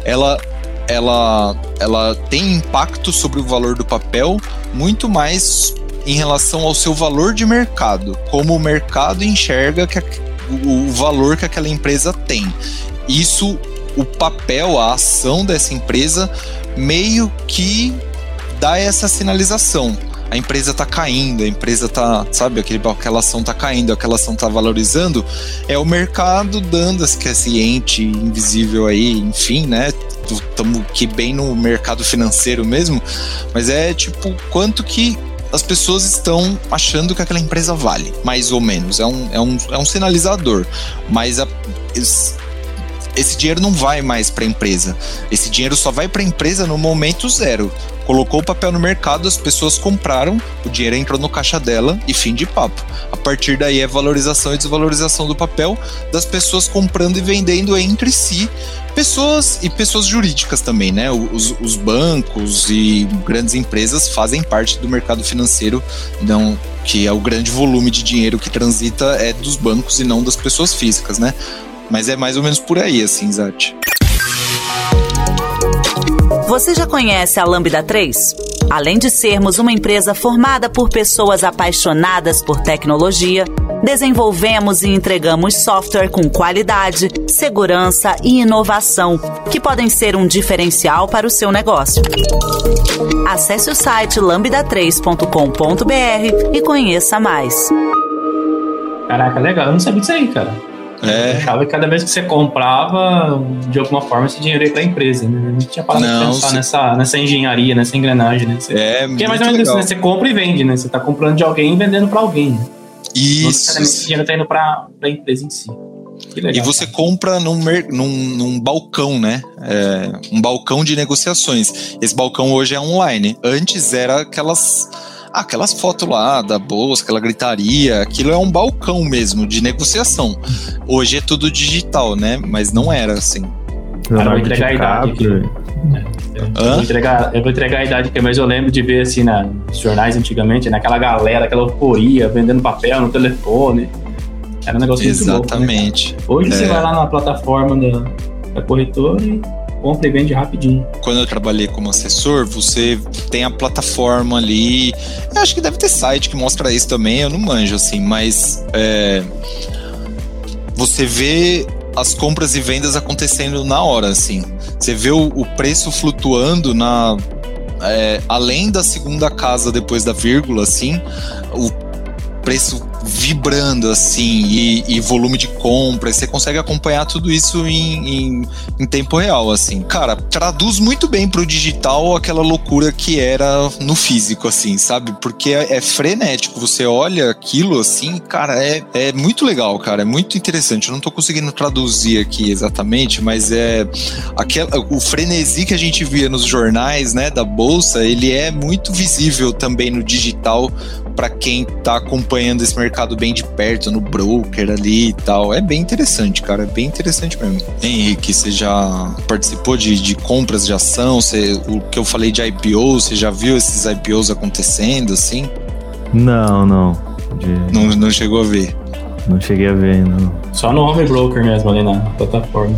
Ela tem impacto sobre o valor do papel muito mais em relação ao seu valor de mercado, como o mercado enxerga o valor que aquela empresa tem. Isso, o papel, a ação dessa empresa, meio que dá essa sinalização. A empresa está caindo, a empresa está, sabe, aquela ação está caindo, aquela ação está valorizando, é o mercado dando esse ente invisível aí, enfim, né? Estamos aqui bem no mercado financeiro mesmo, mas é tipo, quanto que as pessoas estão achando que aquela empresa vale, mais ou menos. É um sinalizador, mas esse dinheiro não vai mais para a empresa. Esse dinheiro só vai para a empresa no momento zero. Colocou o papel no mercado, as pessoas compraram, o dinheiro entrou no caixa dela e fim de papo. A partir daí é valorização e desvalorização do papel, das pessoas comprando e vendendo entre si, pessoas e pessoas jurídicas também, né? Os bancos e grandes empresas fazem parte do mercado financeiro, não, que é o grande volume de dinheiro que transita é dos bancos e não das pessoas físicas, né? Mas é mais ou menos por aí, assim, Zat. Você já conhece a Lambda 3? Além de sermos uma empresa formada por pessoas apaixonadas por tecnologia, desenvolvemos e entregamos software com qualidade, segurança e inovação, que podem ser um diferencial para o seu negócio. Acesse o site lambda3.com.br e conheça mais. Caraca, legal. Eu não sabia disso aí, cara. Eu achava que cada vez que você comprava, de alguma forma, esse dinheiro ia para a empresa, né? Não tinha parado de pensar nessa engenharia, nessa engrenagem, né? Porque é mais ou menos isso, né? Você compra e vende, né? Você está comprando de alguém e vendendo para alguém, né? Isso. Não necessariamente esse dinheiro está indo para a empresa em si. Que legal, e você compra num balcão, né? Um balcão de negociações. Esse balcão hoje é online. Antes era aquelas fotos lá da bolsa, aquela gritaria, aquilo é um balcão mesmo de negociação. Hoje é tudo digital, né? Mas não era assim. Eu vou entregar a idade aqui. Eu vou entregar a idade aqui, mas eu lembro de ver assim nos jornais antigamente, naquela galera, aquela euforia, vendendo papel no telefone. Era um negócio muito louco. Exatamente. Né? Hoje você vai lá na plataforma da corretora e compra e vende rapidinho. Quando eu trabalhei como assessor, você tem a plataforma ali, eu acho que deve ter site que mostra isso também, eu não manjo assim, mas você vê as compras e vendas acontecendo na hora, assim. Você vê o preço flutuando além da segunda casa depois da vírgula, assim, o preço vibrando, assim, e volume de compra, e você consegue acompanhar tudo isso em tempo real, assim. Cara, traduz muito bem pro digital aquela loucura que era no físico, assim, sabe? Porque é frenético, você olha aquilo, assim, cara, é muito legal, cara, é muito interessante. Eu não tô conseguindo traduzir aqui exatamente, mas o frenesi que a gente via nos jornais, né, da bolsa, ele é muito visível também no digital para quem tá acompanhando esse mercado bem de perto, no broker ali e tal. É bem interessante, cara, é bem interessante mesmo. Henrique, você já participou de compras de ação? O que eu falei de IPO, você já viu esses IPOs acontecendo, assim? Não. Não chegou a ver? Não cheguei a ver, não. Só no home broker mesmo, ali na plataforma.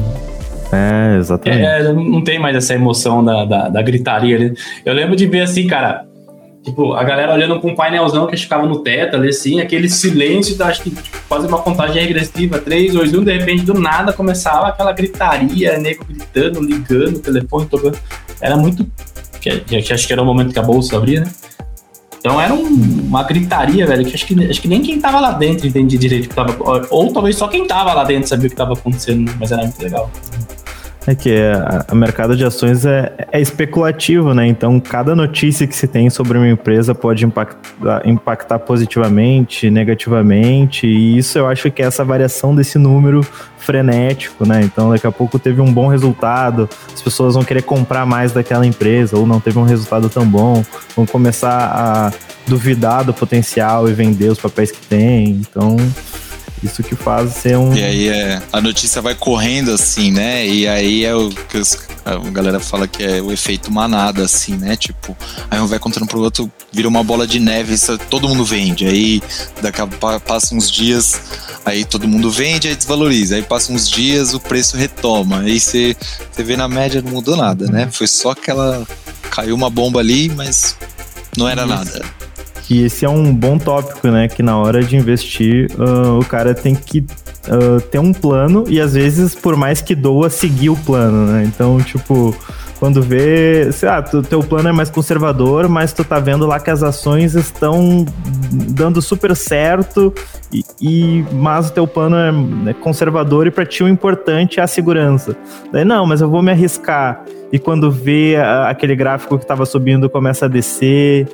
Exatamente. Não tem mais essa emoção da gritaria ali. Eu lembro de ver assim, cara, Tipo, a galera olhando com um painelzão que ficava no teto ali, assim, aquele silêncio, acho que fazer uma contagem regressiva, 3, 2, 1, de repente, do nada, começava aquela gritaria, nego gritando, ligando, o telefone tocando. Era muito... Acho que era o momento que a bolsa abria, né? Então era uma gritaria, velho, que acho que nem quem tava lá dentro entendia direito o que tava... Ou talvez só quem tava lá dentro sabia o que tava acontecendo, mas era muito legal. É que o mercado de ações é especulativo, né? Então, cada notícia que se tem sobre uma empresa pode impactar positivamente, negativamente, e isso eu acho que é essa variação desse número frenético, né? Então, daqui a pouco teve um bom resultado, as pessoas vão querer comprar mais daquela empresa, ou não teve um resultado tão bom, vão começar a duvidar do potencial e vender os papéis que tem, então... Isso que faz ser um... E aí a notícia vai correndo assim, né? E aí é o que a galera fala que é o efeito manada, assim, né? Tipo, aí um vai contando pro outro, vira uma bola de neve, todo mundo vende. Aí daqui a passa uns dias, aí todo mundo vende, aí desvaloriza. Aí passa uns dias, o preço retoma. Aí você vê na média, não mudou nada, né? Foi só aquela... Caiu uma bomba ali, mas não era nada. E esse é um bom tópico, né? Que na hora de investir, o cara tem que ter um plano e às vezes, por mais que doa, seguir o plano, né? Então, tipo, quando vê... teu plano é mais conservador, mas tu tá vendo lá que as ações estão dando super certo, mas o teu plano é conservador e pra ti o importante é a segurança. Daí, não, mas eu vou me arriscar. E quando vê aquele gráfico que tava subindo começa a descer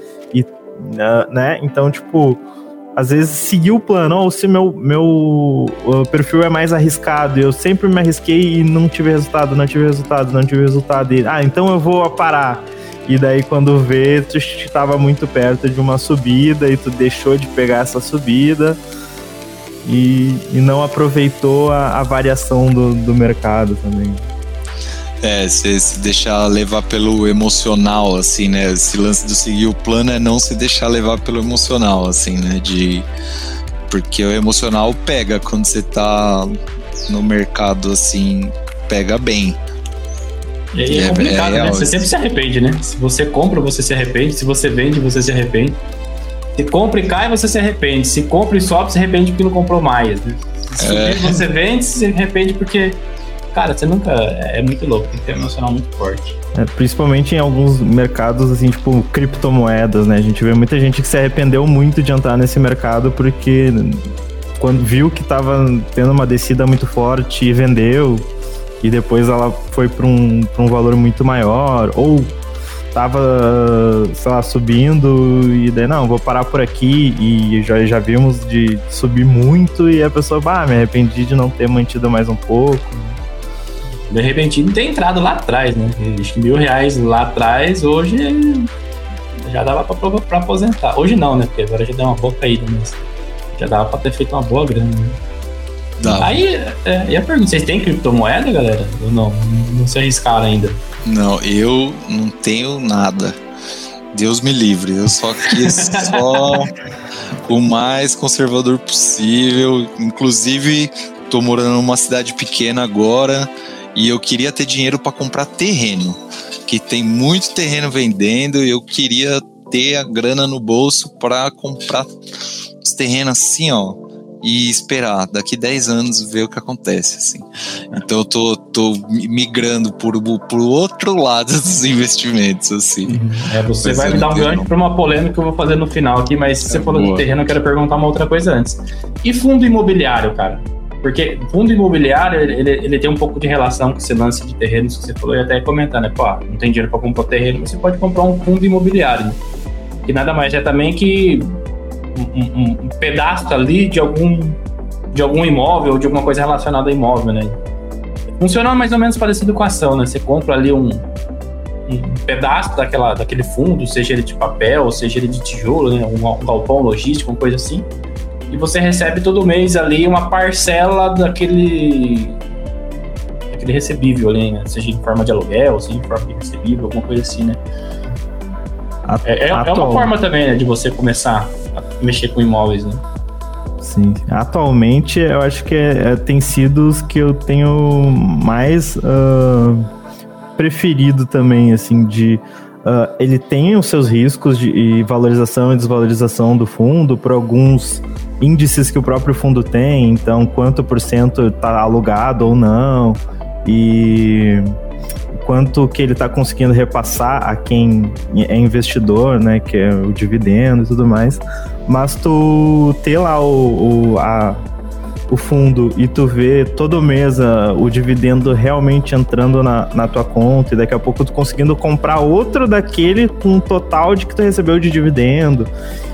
né? Então, tipo, às vezes seguir o plano, ou se meu perfil é mais arriscado, eu sempre me arrisquei e não tive resultado, e, então eu vou parar. E daí quando vê, tu estava muito perto de uma subida e tu deixou de pegar essa subida e não aproveitou a variação do mercado também. Se deixar levar pelo emocional, assim, né? Esse lance do seguir o plano é não se deixar levar pelo emocional, assim, né? Porque o emocional pega quando você tá no mercado, assim, pega bem. E aí é complicado, né? Você sempre se arrepende, né? Se você compra, você se arrepende. Se você vende, você se arrepende. Se compra e cai, você se arrepende. Se compra e sobe, se arrepende porque não comprou mais. Se subir, você vende, se arrepende porque... Cara, você nunca... É muito louco, tem que ter um emocional muito forte. Principalmente em alguns mercados, assim, tipo criptomoedas, né? A gente vê muita gente que se arrependeu muito de entrar nesse mercado porque quando viu que tava tendo uma descida muito forte e vendeu, e depois ela foi para um valor muito maior, ou tava, sei lá, subindo e daí, não, vou parar por aqui, e já vimos de subir muito e a pessoa, me arrependi de não ter mantido mais um pouco. De repente não tem entrado lá atrás, né? Acho que R$1.000 lá atrás, hoje já dava pra aposentar. Hoje não, né? Porque agora já deu uma boa caída, mas já dava pra ter feito uma boa grana, né? Aí, e a pergunta, vocês têm criptomoeda, galera? Ou não? Não se arriscaram ainda? Não, eu não tenho nada. Deus me livre, eu só quis o mais conservador possível. Inclusive, tô morando numa cidade pequena agora, e eu queria ter dinheiro para comprar terreno, que tem muito terreno vendendo, e eu queria ter a grana no bolso para comprar os terrenos assim, ó, e esperar daqui 10 anos ver o que acontece, assim. Então eu tô migrando pro outro lado dos investimentos, assim. Você vai me dar um gancho para uma polêmica que eu vou fazer no final aqui, mas se você falou de terreno, eu quero perguntar uma outra coisa antes. E fundo imobiliário, cara? Porque fundo imobiliário, ele tem um pouco de relação com esse lance de terrenos que você falou, e até comentar, né? Pô, não tem dinheiro para comprar terreno, você pode comprar um fundo imobiliário, né? Que nada mais é também que um pedaço ali de algum imóvel ou de alguma coisa relacionada a imóvel, né? Funciona mais ou menos parecido com a ação, né? Você compra ali um pedaço daquele fundo, seja ele de papel, seja ele de tijolo, né? Um galpão logístico, uma coisa assim. E você recebe todo mês ali uma parcela daquele recebível ali, né? Seja em forma de aluguel, seja em forma de recebível, alguma coisa assim, né? É uma forma também, né, de você começar a mexer com imóveis, né? Sim. Atualmente, eu acho que tem sido os que eu tenho mais preferido também, assim, de ele tem os seus riscos de valorização e desvalorização do fundo por alguns índices que o próprio fundo tem, então quanto por cento está alugado ou não, e quanto que ele está conseguindo repassar a quem é investidor, né, que é o dividendo e tudo mais. Mas tu ter lá o fundo e tu vê todo mês o dividendo realmente entrando na tua conta, e daqui a pouco tu conseguindo comprar outro daquele com o total de que tu recebeu de dividendo,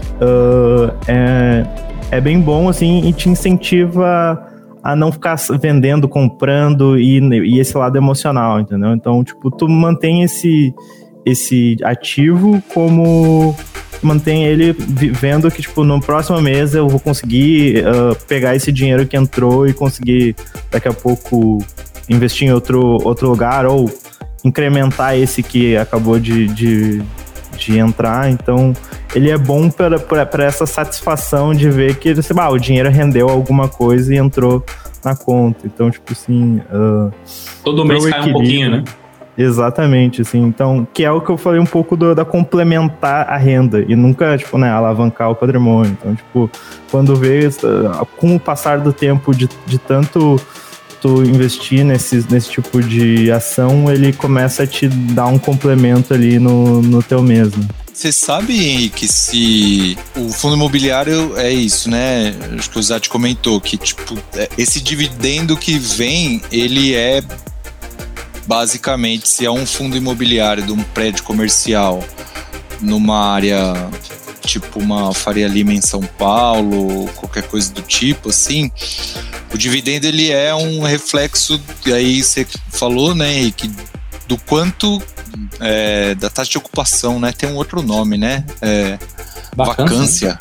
é bem bom, assim, e te incentiva a não ficar vendendo, comprando e esse lado emocional, entendeu? Então, tipo, tu mantém esse ativo como... mantém ele vendo que, tipo, no próximo mês eu vou conseguir pegar esse dinheiro que entrou e conseguir, daqui a pouco, investir em outro lugar ou incrementar esse que acabou de entrar. Então, ele é bom para essa satisfação de ver que o dinheiro rendeu alguma coisa e entrou na conta. Então, tipo assim... todo mês cai um pouquinho, né? Exatamente, assim, então, que é o que eu falei um pouco da complementar a renda e nunca, tipo, né, alavancar o patrimônio. Então, tipo, quando vê, com o passar do tempo de tanto tu investir nesse tipo de ação, ele começa a te dar um complemento ali no teu mesmo. Você sabe, Henrique, se o fundo imobiliário é isso, né? Acho que o Zati comentou que, tipo, esse dividendo que vem, ele é basicamente, se é um fundo imobiliário de um prédio comercial numa área tipo uma Faria Lima em São Paulo, qualquer coisa do tipo, assim, o dividendo ele é um reflexo, aí você falou, né, Henrique, do quanto da taxa de ocupação, né? Tem um outro nome, né? Vacância.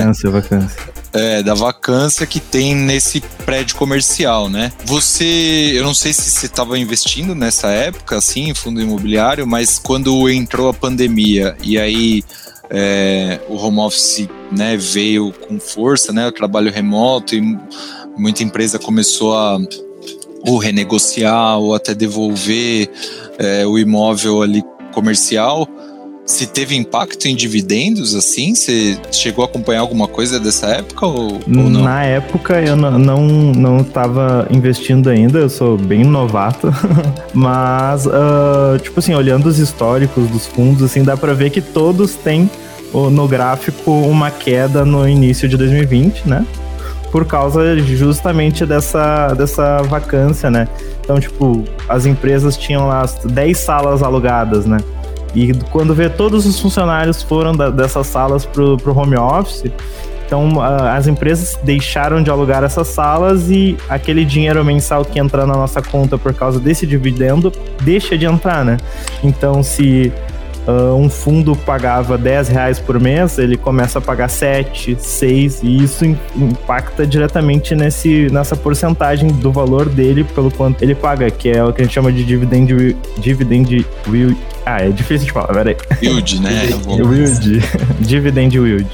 Da vacância que tem nesse prédio comercial, né? Eu não sei se você estava investindo nessa época, assim, em fundo imobiliário, mas quando entrou a pandemia e aí o home office, né, veio com força, né? O trabalho remoto, e muita empresa começou a ou renegociar ou até devolver o imóvel ali comercial. Se teve impacto em dividendos, assim? Você chegou a acompanhar alguma coisa dessa época ou não? Na época eu não estava investindo ainda, eu sou bem novato, mas, tipo assim, olhando os históricos dos fundos, assim, dá pra ver que todos têm no gráfico uma queda no início de 2020, né? Por causa justamente dessa vacância, né? Então, tipo, as empresas tinham lá 10 salas alugadas, né? E quando vê todos os funcionários foram dessas salas pro home office, então as empresas deixaram de alugar essas salas e aquele dinheiro mensal que entra na nossa conta por causa desse dividendo deixa de entrar, né? Então, se um fundo pagava R$10 por mês, ele começa a pagar 7, 6, e isso impacta diretamente nessa porcentagem do valor dele pelo quanto ele paga, que é o que a gente chama de dividend yield. É difícil de falar, peraí. Yield, né? Yield. Dividend yield.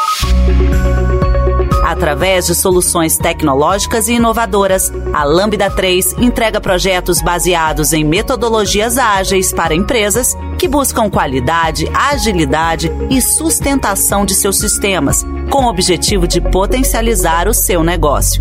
Através de soluções tecnológicas e inovadoras, a Lambda 3 entrega projetos baseados em metodologias ágeis para empresas que buscam qualidade, agilidade e sustentação de seus sistemas, com o objetivo de potencializar o seu negócio.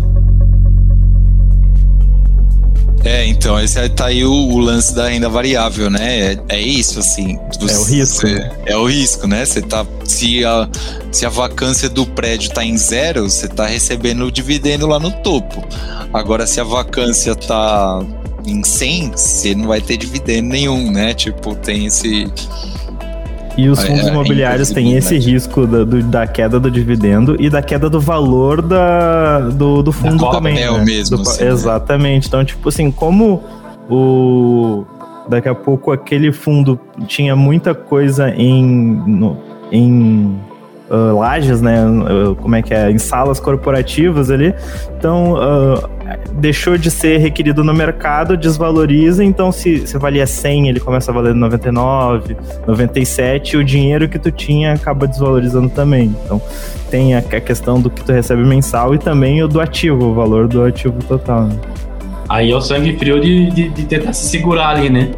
Então, esse aí tá aí o lance da renda variável, né? É isso, assim. É o risco. É o risco, né? Você tá... Se a vacância do prédio tá em 0, você tá recebendo o dividendo lá no topo. Agora, se a vacância tá em 100, você não vai ter dividendo nenhum, né? Tipo, tem esse... E os fundos imobiliários têm esse risco da queda do dividendo e da queda do valor do fundo também, né? Mesmo, assim, exatamente. Então, tipo assim, como daqui a pouco aquele fundo tinha muita coisa em lajes, né? Como é que é? Em salas corporativas ali. Então, deixou de ser requerido no mercado, desvaloriza. Então, se valia 100, ele começa a valer 99, 97, e o dinheiro que tu tinha acaba desvalorizando também. Então, tem a questão do que tu recebe mensal e também o do ativo, o valor do ativo total, né? Aí é o sangue frio de tentar se segurar ali, né?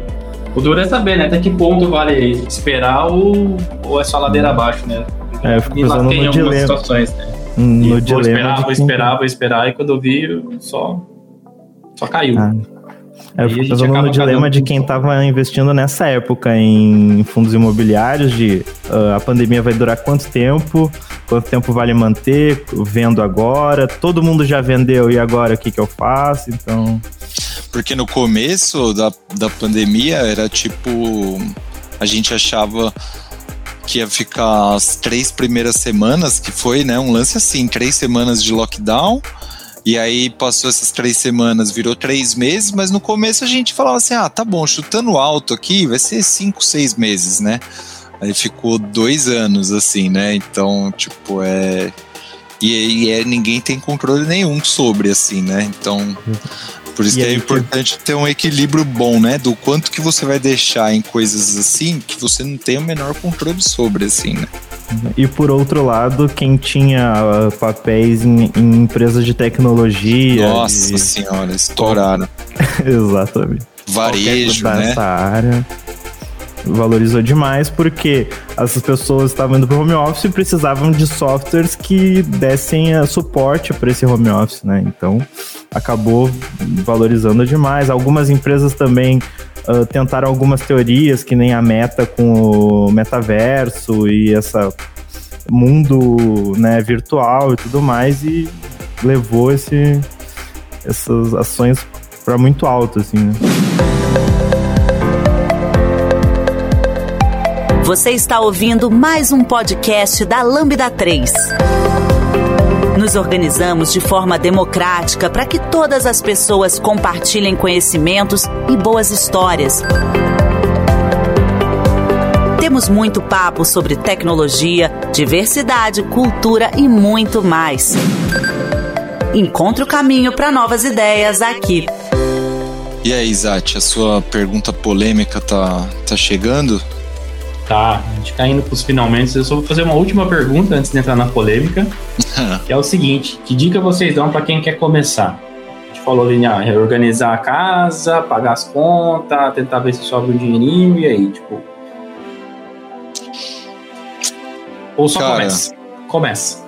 O duro é saber, né? Até que ponto vale esperar ou é só ladeira abaixo, né? Eu fico pensando no dilema. Situações, né? No dilema. Vou esperar, e quando eu vi, só caiu. Eu fico pensando no dilema de quem estava investindo nessa época em fundos imobiliários, de a pandemia vai durar quanto tempo vale manter, vendo agora, todo mundo já vendeu e agora o que eu faço, então... Porque no começo da pandemia era tipo, a gente achava que ia ficar as 3 primeiras semanas, que foi, né, um lance assim, 3 semanas de lockdown, e aí passou essas 3 semanas, virou 3 meses, mas no começo a gente falava assim, tá bom, chutando alto aqui, vai ser 5, 6 meses, né? Aí ficou 2 anos, assim, né? Então, tipo, ninguém tem controle nenhum sobre, assim, né? Então, por isso que é importante ter um equilíbrio bom, né? Do quanto que você vai deixar em coisas assim, que você não tem o menor controle sobre, assim, né? E por outro lado, quem tinha papéis em empresas de tecnologia... Nossa senhora, estouraram. Exatamente. Varejo, né? Essa área valorizou demais porque as pessoas estavam indo para o home office e precisavam de softwares que dessem suporte para esse home office, né? Então, acabou valorizando demais. Algumas empresas também tentaram algumas teorias, que nem a Meta com o metaverso e esse mundo, né, virtual e tudo mais, e levou essas ações para muito alto, assim, né? Você está ouvindo mais um podcast da Lambda 3. Nos organizamos de forma democrática para que todas as pessoas compartilhem conhecimentos e boas histórias. Temos muito papo sobre tecnologia, diversidade, cultura e muito mais. Encontre o caminho para novas ideias aqui. E aí, Zati, a sua pergunta polêmica tá chegando? Tá, a gente tá indo pros finalmente. Eu só vou fazer uma última pergunta antes de entrar na polêmica, que é o seguinte: que dica vocês dão para quem quer começar? A gente falou ali, reorganizar a casa, pagar as contas, tentar ver se sobra um dinheirinho, e aí, tipo... Ou só começa.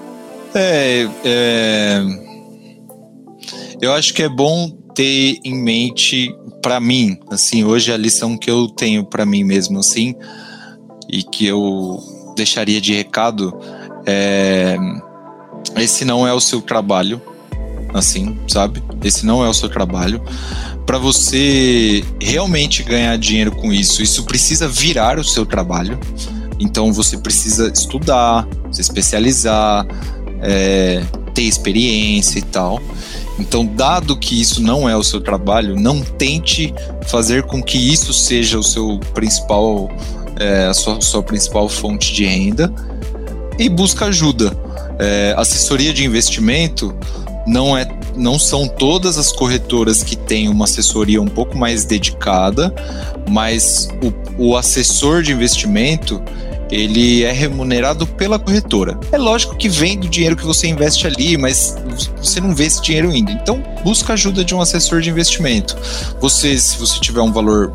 Eu acho que é bom ter em mente, para mim, assim, hoje a lição que eu tenho para mim mesmo, assim, e que eu deixaria de recado esse não é o seu trabalho, assim, sabe? Esse não é o seu trabalho. Para você realmente ganhar dinheiro com isso precisa virar o seu trabalho. Então você precisa estudar, se especializar, ter experiência e tal. Então, dado que isso não é o seu trabalho, não tente fazer com que isso seja o seu principal, a sua principal fonte de renda, e busca ajuda. Assessoria de investimento não são todas as corretoras que têm uma assessoria um pouco mais dedicada, mas o assessor de investimento, ele é remunerado pela corretora. É lógico que vem do dinheiro que você investe ali, mas você não vê esse dinheiro indo. Então, busca ajuda de um assessor de investimento. Se você tiver um valor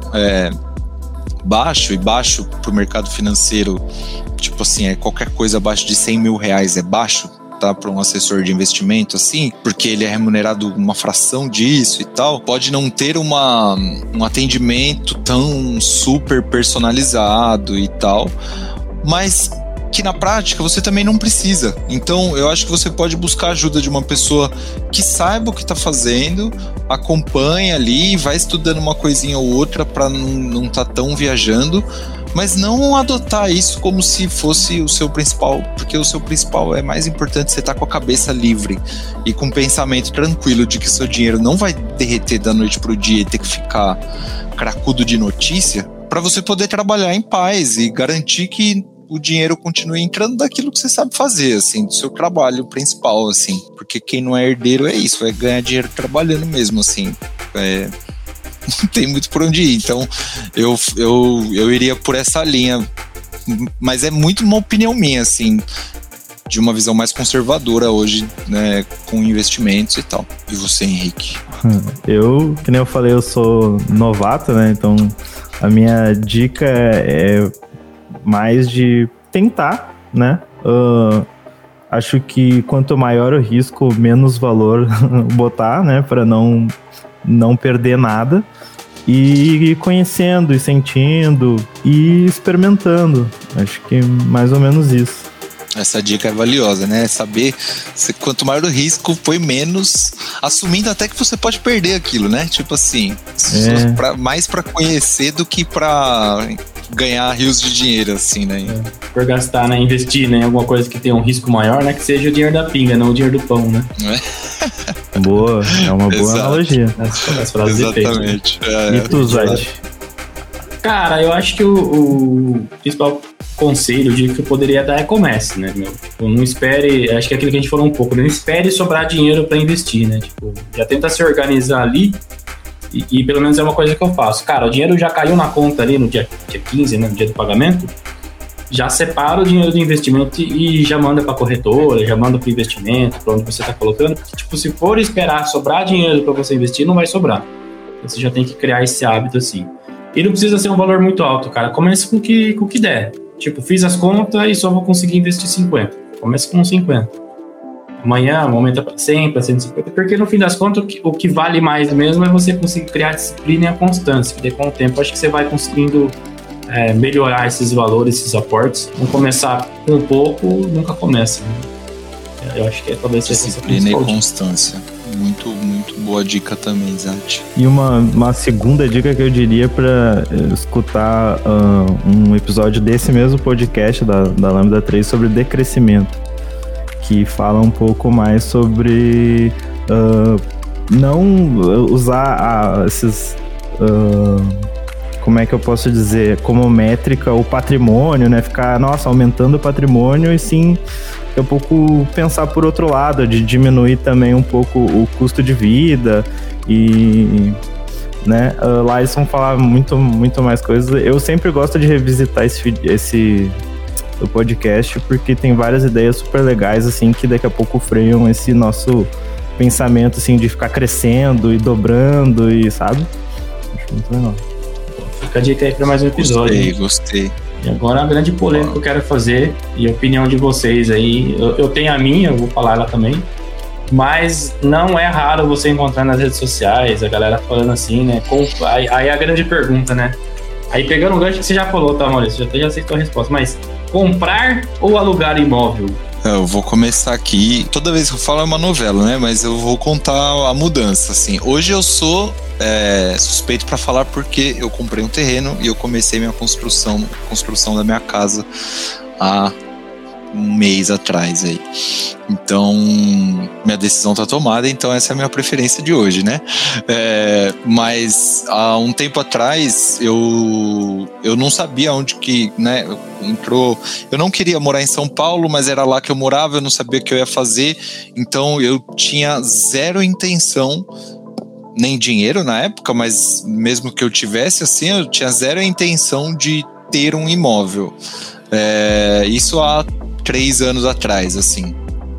baixo para o mercado financeiro, tipo assim, qualquer coisa abaixo de 100 mil reais é baixo, tá, para um assessor de investimento, assim, porque ele é remunerado uma fração disso e tal, pode não ter um atendimento tão super personalizado e tal, mas que na prática você também não precisa. Então eu acho que você pode buscar a ajuda de uma pessoa que saiba o que está fazendo, acompanha ali, vai estudando uma coisinha ou outra para não estar tão viajando, mas não adotar isso como se fosse o seu principal, porque o seu principal é mais importante você estar com a cabeça livre e com o pensamento tranquilo de que seu dinheiro não vai derreter da noite pro dia e ter que ficar cracudo de notícia, para você poder trabalhar em paz e garantir que o dinheiro continue entrando daquilo que você sabe fazer, assim, do seu trabalho principal, assim, porque quem não é herdeiro é isso, vai ganhar dinheiro trabalhando mesmo, assim, não tem muito por onde ir. Então eu iria por essa linha, mas é muito uma opinião minha, assim, de uma visão mais conservadora hoje, né, com investimentos e tal. E você, Henrique? Que nem eu falei, eu sou novato, né, então A minha dica é mais de tentar, né? Acho que quanto maior o risco, menos valor botar, né? Para não perder nada. E ir conhecendo, e sentindo, e experimentando. Acho que mais ou menos isso. Essa dica é valiosa, né? Saber quanto maior o risco, põe menos, assumindo até que você pode perder aquilo, né? Tipo assim, mais pra conhecer do que pra ganhar rios de dinheiro, assim, né? Por gastar, né? Investir, né? Em alguma coisa que tenha um risco maior, né? Que seja o dinheiro da pinga, não o dinheiro do pão, né? Boa, é uma boa analogia. As frases exatamente. E tu, Zayt? Cara, eu acho que o principal conselho, o dica que eu poderia dar é comece, né, meu? Tipo, não espere, acho que é aquilo que a gente falou um pouco, não espere sobrar dinheiro pra investir, né? Tipo, já tenta se organizar ali e pelo menos é uma coisa que eu faço. Cara, o dinheiro já caiu na conta ali no dia 15, né, no dia do pagamento, já separa o dinheiro do investimento e já manda pra corretora, já manda pro investimento, pra onde você tá colocando, porque, tipo, se for esperar sobrar dinheiro pra você investir, não vai sobrar. Você já tem que criar esse hábito, assim. E não precisa ser um valor muito alto, cara. Comece com o que der. Tipo, fiz as contas e só vou conseguir investir 50. Comece com 50. Amanhã aumenta para 100, para 150, porque no fim das contas o que vale mais mesmo é você conseguir criar a disciplina e a constância, que com o tempo acho que você vai conseguindo melhorar esses valores, esses aportes. Não começar com pouco, nunca começa, né? Eu acho que talvez seja disciplina e constância. Muito, muito boa dica também, Zayt. E uma segunda dica que eu diria para escutar um episódio desse mesmo podcast da Lambda 3 sobre decrescimento, que fala um pouco mais sobre não usar esses... como é que eu posso dizer? Como métrica o patrimônio, né? Ficar, aumentando o patrimônio e sim... daqui a pouco pensar por outro lado, de diminuir também um pouco o custo de vida e, né, lá eles vão falar muito, muito mais coisas. Eu sempre gosto de revisitar esse podcast porque tem várias ideias super legais, assim, que daqui a pouco freiam esse nosso pensamento, assim, de ficar crescendo e dobrando e, sabe? Acho muito legal. Fica a dica aí para mais um episódio. Gostei. E agora a grande polêmica que eu quero fazer, e a opinião de vocês aí, eu tenho a minha, eu vou falar ela também, mas não é raro você encontrar nas redes sociais a galera falando assim, né? Aí a grande pergunta, né? Aí pegando o gancho que você já falou, tá, Maurício? Já aceitou a resposta, mas comprar ou alugar imóvel? Eu vou começar aqui, toda vez que eu falo é uma novela, né? Mas eu vou contar a mudança, assim. Hoje eu sou suspeito para falar porque eu comprei um terreno e eu comecei minha construção da minha casa há um mês atrás aí. Então, minha decisão tá tomada, então essa é a minha preferência de hoje, né? Mas há um tempo atrás eu não sabia onde que, né, entrou. Eu não queria morar em São Paulo, mas era lá que eu morava, eu não sabia o que eu ia fazer, então eu tinha zero intenção, nem dinheiro na época, mas mesmo que eu tivesse, assim, eu tinha zero intenção de ter um imóvel. Isso há 3 anos atrás, assim.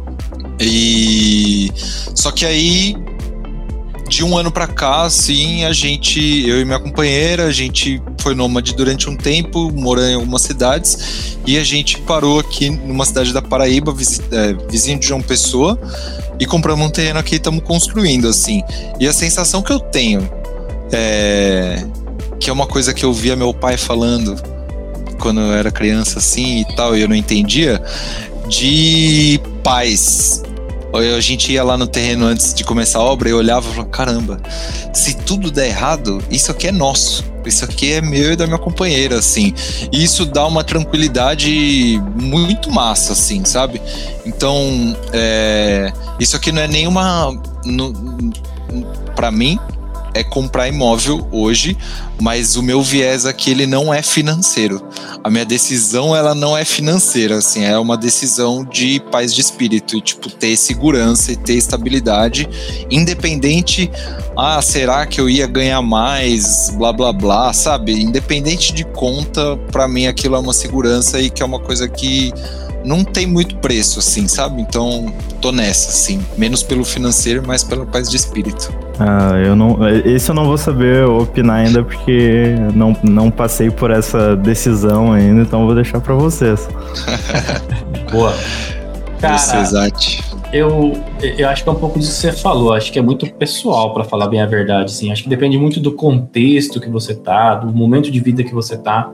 E só que aí, de um ano pra cá, assim, eu e minha companheira, a gente foi nômade durante um tempo, morando em algumas cidades, e a gente parou aqui numa cidade da Paraíba, vizinho de João Pessoa, e compramos um terreno aqui e estamos construindo, assim. E a sensação que eu tenho que é uma coisa que eu via meu pai falando quando eu era criança, assim, e tal, e eu não entendia, de paz. A gente ia lá no terreno antes de começar a obra e eu olhava e falava, caramba, se tudo der errado, isso aqui é nosso, isso aqui é meu e da minha companheira, assim. E isso dá uma tranquilidade muito massa, assim, sabe? Então, isso aqui não é nenhuma... Pra mim, é comprar imóvel hoje, mas o meu viés aqui, ele não é financeiro. A minha decisão, ela não é financeira, assim, é uma decisão de paz de espírito, e tipo, ter segurança e ter estabilidade, independente, será que eu ia ganhar mais, blá blá blá, sabe? Independente de conta, pra mim aquilo é uma segurança e que é uma coisa que não tem muito preço, assim, sabe? Então, tô nessa, assim. Menos pelo financeiro, mas pela paz de espírito. Esse eu não vou saber opinar ainda, porque não passei por essa decisão ainda, então vou deixar pra vocês. Boa. Cara, eu acho que é um pouco disso que você falou. Acho que é muito pessoal, pra falar bem a verdade, assim. Acho que depende muito do contexto que você tá, do momento de vida que você tá.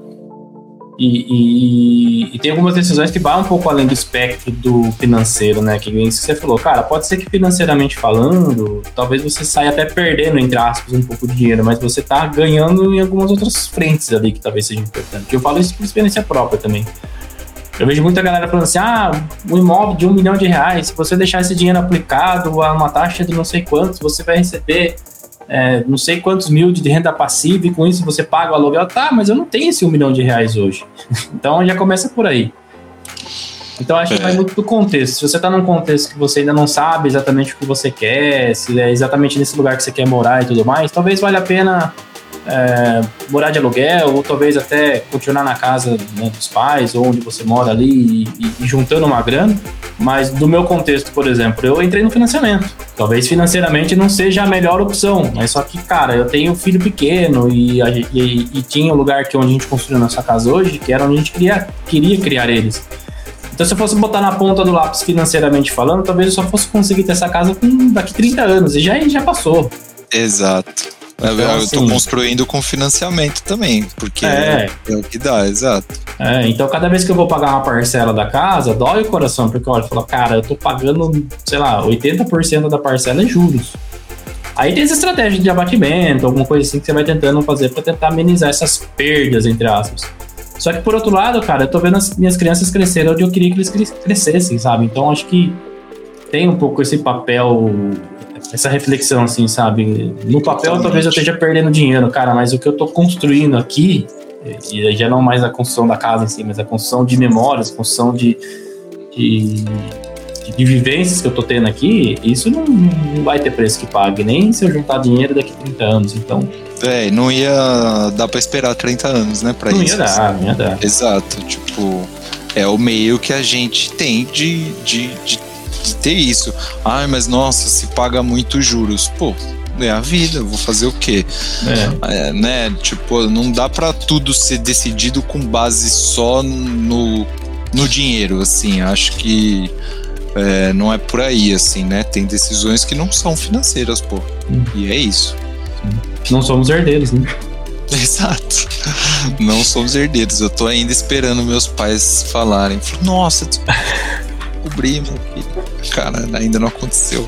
E tem algumas decisões que vão um pouco além do espectro do financeiro, né? Que isso que você falou. Cara, pode ser que financeiramente falando, talvez você saia até perdendo, entre aspas, um pouco de dinheiro, mas você tá ganhando em algumas outras frentes ali que talvez seja importante. Eu falo isso por experiência própria também. Eu vejo muita galera falando assim, um imóvel de R$1 milhão, se você deixar esse dinheiro aplicado a uma taxa de não sei quantos, você vai receber não sei quantos mil de renda passiva e com isso você paga o aluguel. Tá, mas eu não tenho esse R$1 milhão hoje. Então já começa por aí. Então acho que vai muito do contexto. Se você tá num contexto que você ainda não sabe exatamente o que você quer, se é exatamente nesse lugar que você quer morar e tudo mais, talvez valha a pena morar de aluguel, ou talvez até continuar na casa, né, dos pais, ou onde você mora ali e juntando uma grana. Mas no meu contexto, por exemplo, eu entrei no financiamento. Talvez financeiramente não seja a melhor opção, mas só que, cara, eu tenho um filho pequeno e tinha um lugar onde a gente construiu nossa casa hoje, que era onde a gente queria criar eles. Então, se eu fosse botar na ponta do lápis financeiramente falando, talvez eu só fosse conseguir ter essa casa daqui 30 anos, e já passou. Exato. Então, eu tô construindo com financiamento também, porque é o que dá, exato. Então cada vez que eu vou pagar uma parcela da casa, dói o coração, porque olha, fala, cara, eu tô pagando, sei lá, 80% da parcela em juros. Aí tem essa estratégia de abatimento, alguma coisa assim que você vai tentando fazer pra tentar amenizar essas perdas, entre aspas. Só que por outro lado, cara, eu tô vendo as minhas crianças crescerem onde eu queria que eles crescessem, sabe? Então acho que tem um pouco esse papel, essa reflexão, assim, sabe? No papel talvez eu esteja perdendo dinheiro, cara, mas o que eu tô construindo aqui, e já não mais a construção da casa em si, mas a construção de memórias, a construção de vivências que eu tô tendo aqui, isso não vai ter preço que pague, nem se eu juntar dinheiro daqui a 30 anos, então... não ia dar pra esperar 30 anos, né, pra isso. Não ia dar. Exato, tipo, é o meio que a gente tem de ter isso. Mas nossa, se paga muito juros. Pô, é a vida, eu vou fazer o quê? Né? Tipo, não dá pra tudo ser decidido com base só no dinheiro, assim. Acho que não é por aí, assim, né? Tem decisões que não são financeiras, pô. E é isso. Não somos herdeiros, né? Exato. Não somos herdeiros. Eu tô ainda esperando meus pais falarem. Nossa, descobri, meu filho. Cara, ainda não aconteceu.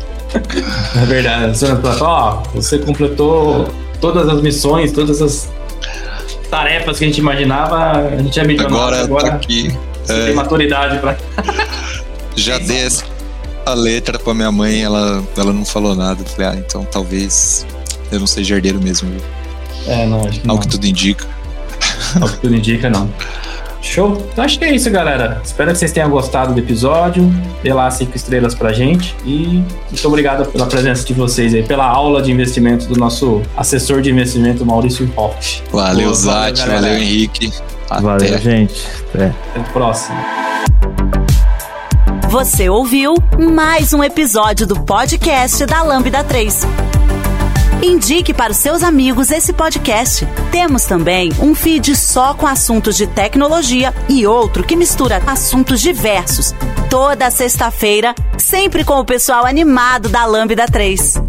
É verdade. Você completou todas as missões, todas as tarefas que a gente imaginava, a gente é milionário. Agora tá aqui. Você tem maturidade pra... Já dei a letra pra minha mãe, ela não falou nada. Eu falei, então talvez eu não seja herdeiro mesmo. Não, acho que não. Ao que tudo indica. Ao que tudo indica, não. Show? Então acho que é isso, galera. Espero que vocês tenham gostado do episódio. Dê lá 5 estrelas pra gente. E muito obrigado pela presença de vocês aí, pela aula de investimento do nosso assessor de investimento, Maurício Hoff. Valeu, Zati. Valeu, Henrique. Valeu, gente. Até o próximo. Você ouviu mais um episódio do podcast da Lambda 3. Indique para os seus amigos esse podcast. Temos também um feed só com assuntos de tecnologia e outro que mistura assuntos diversos. Toda sexta-feira, sempre com o pessoal animado da Lambda 3.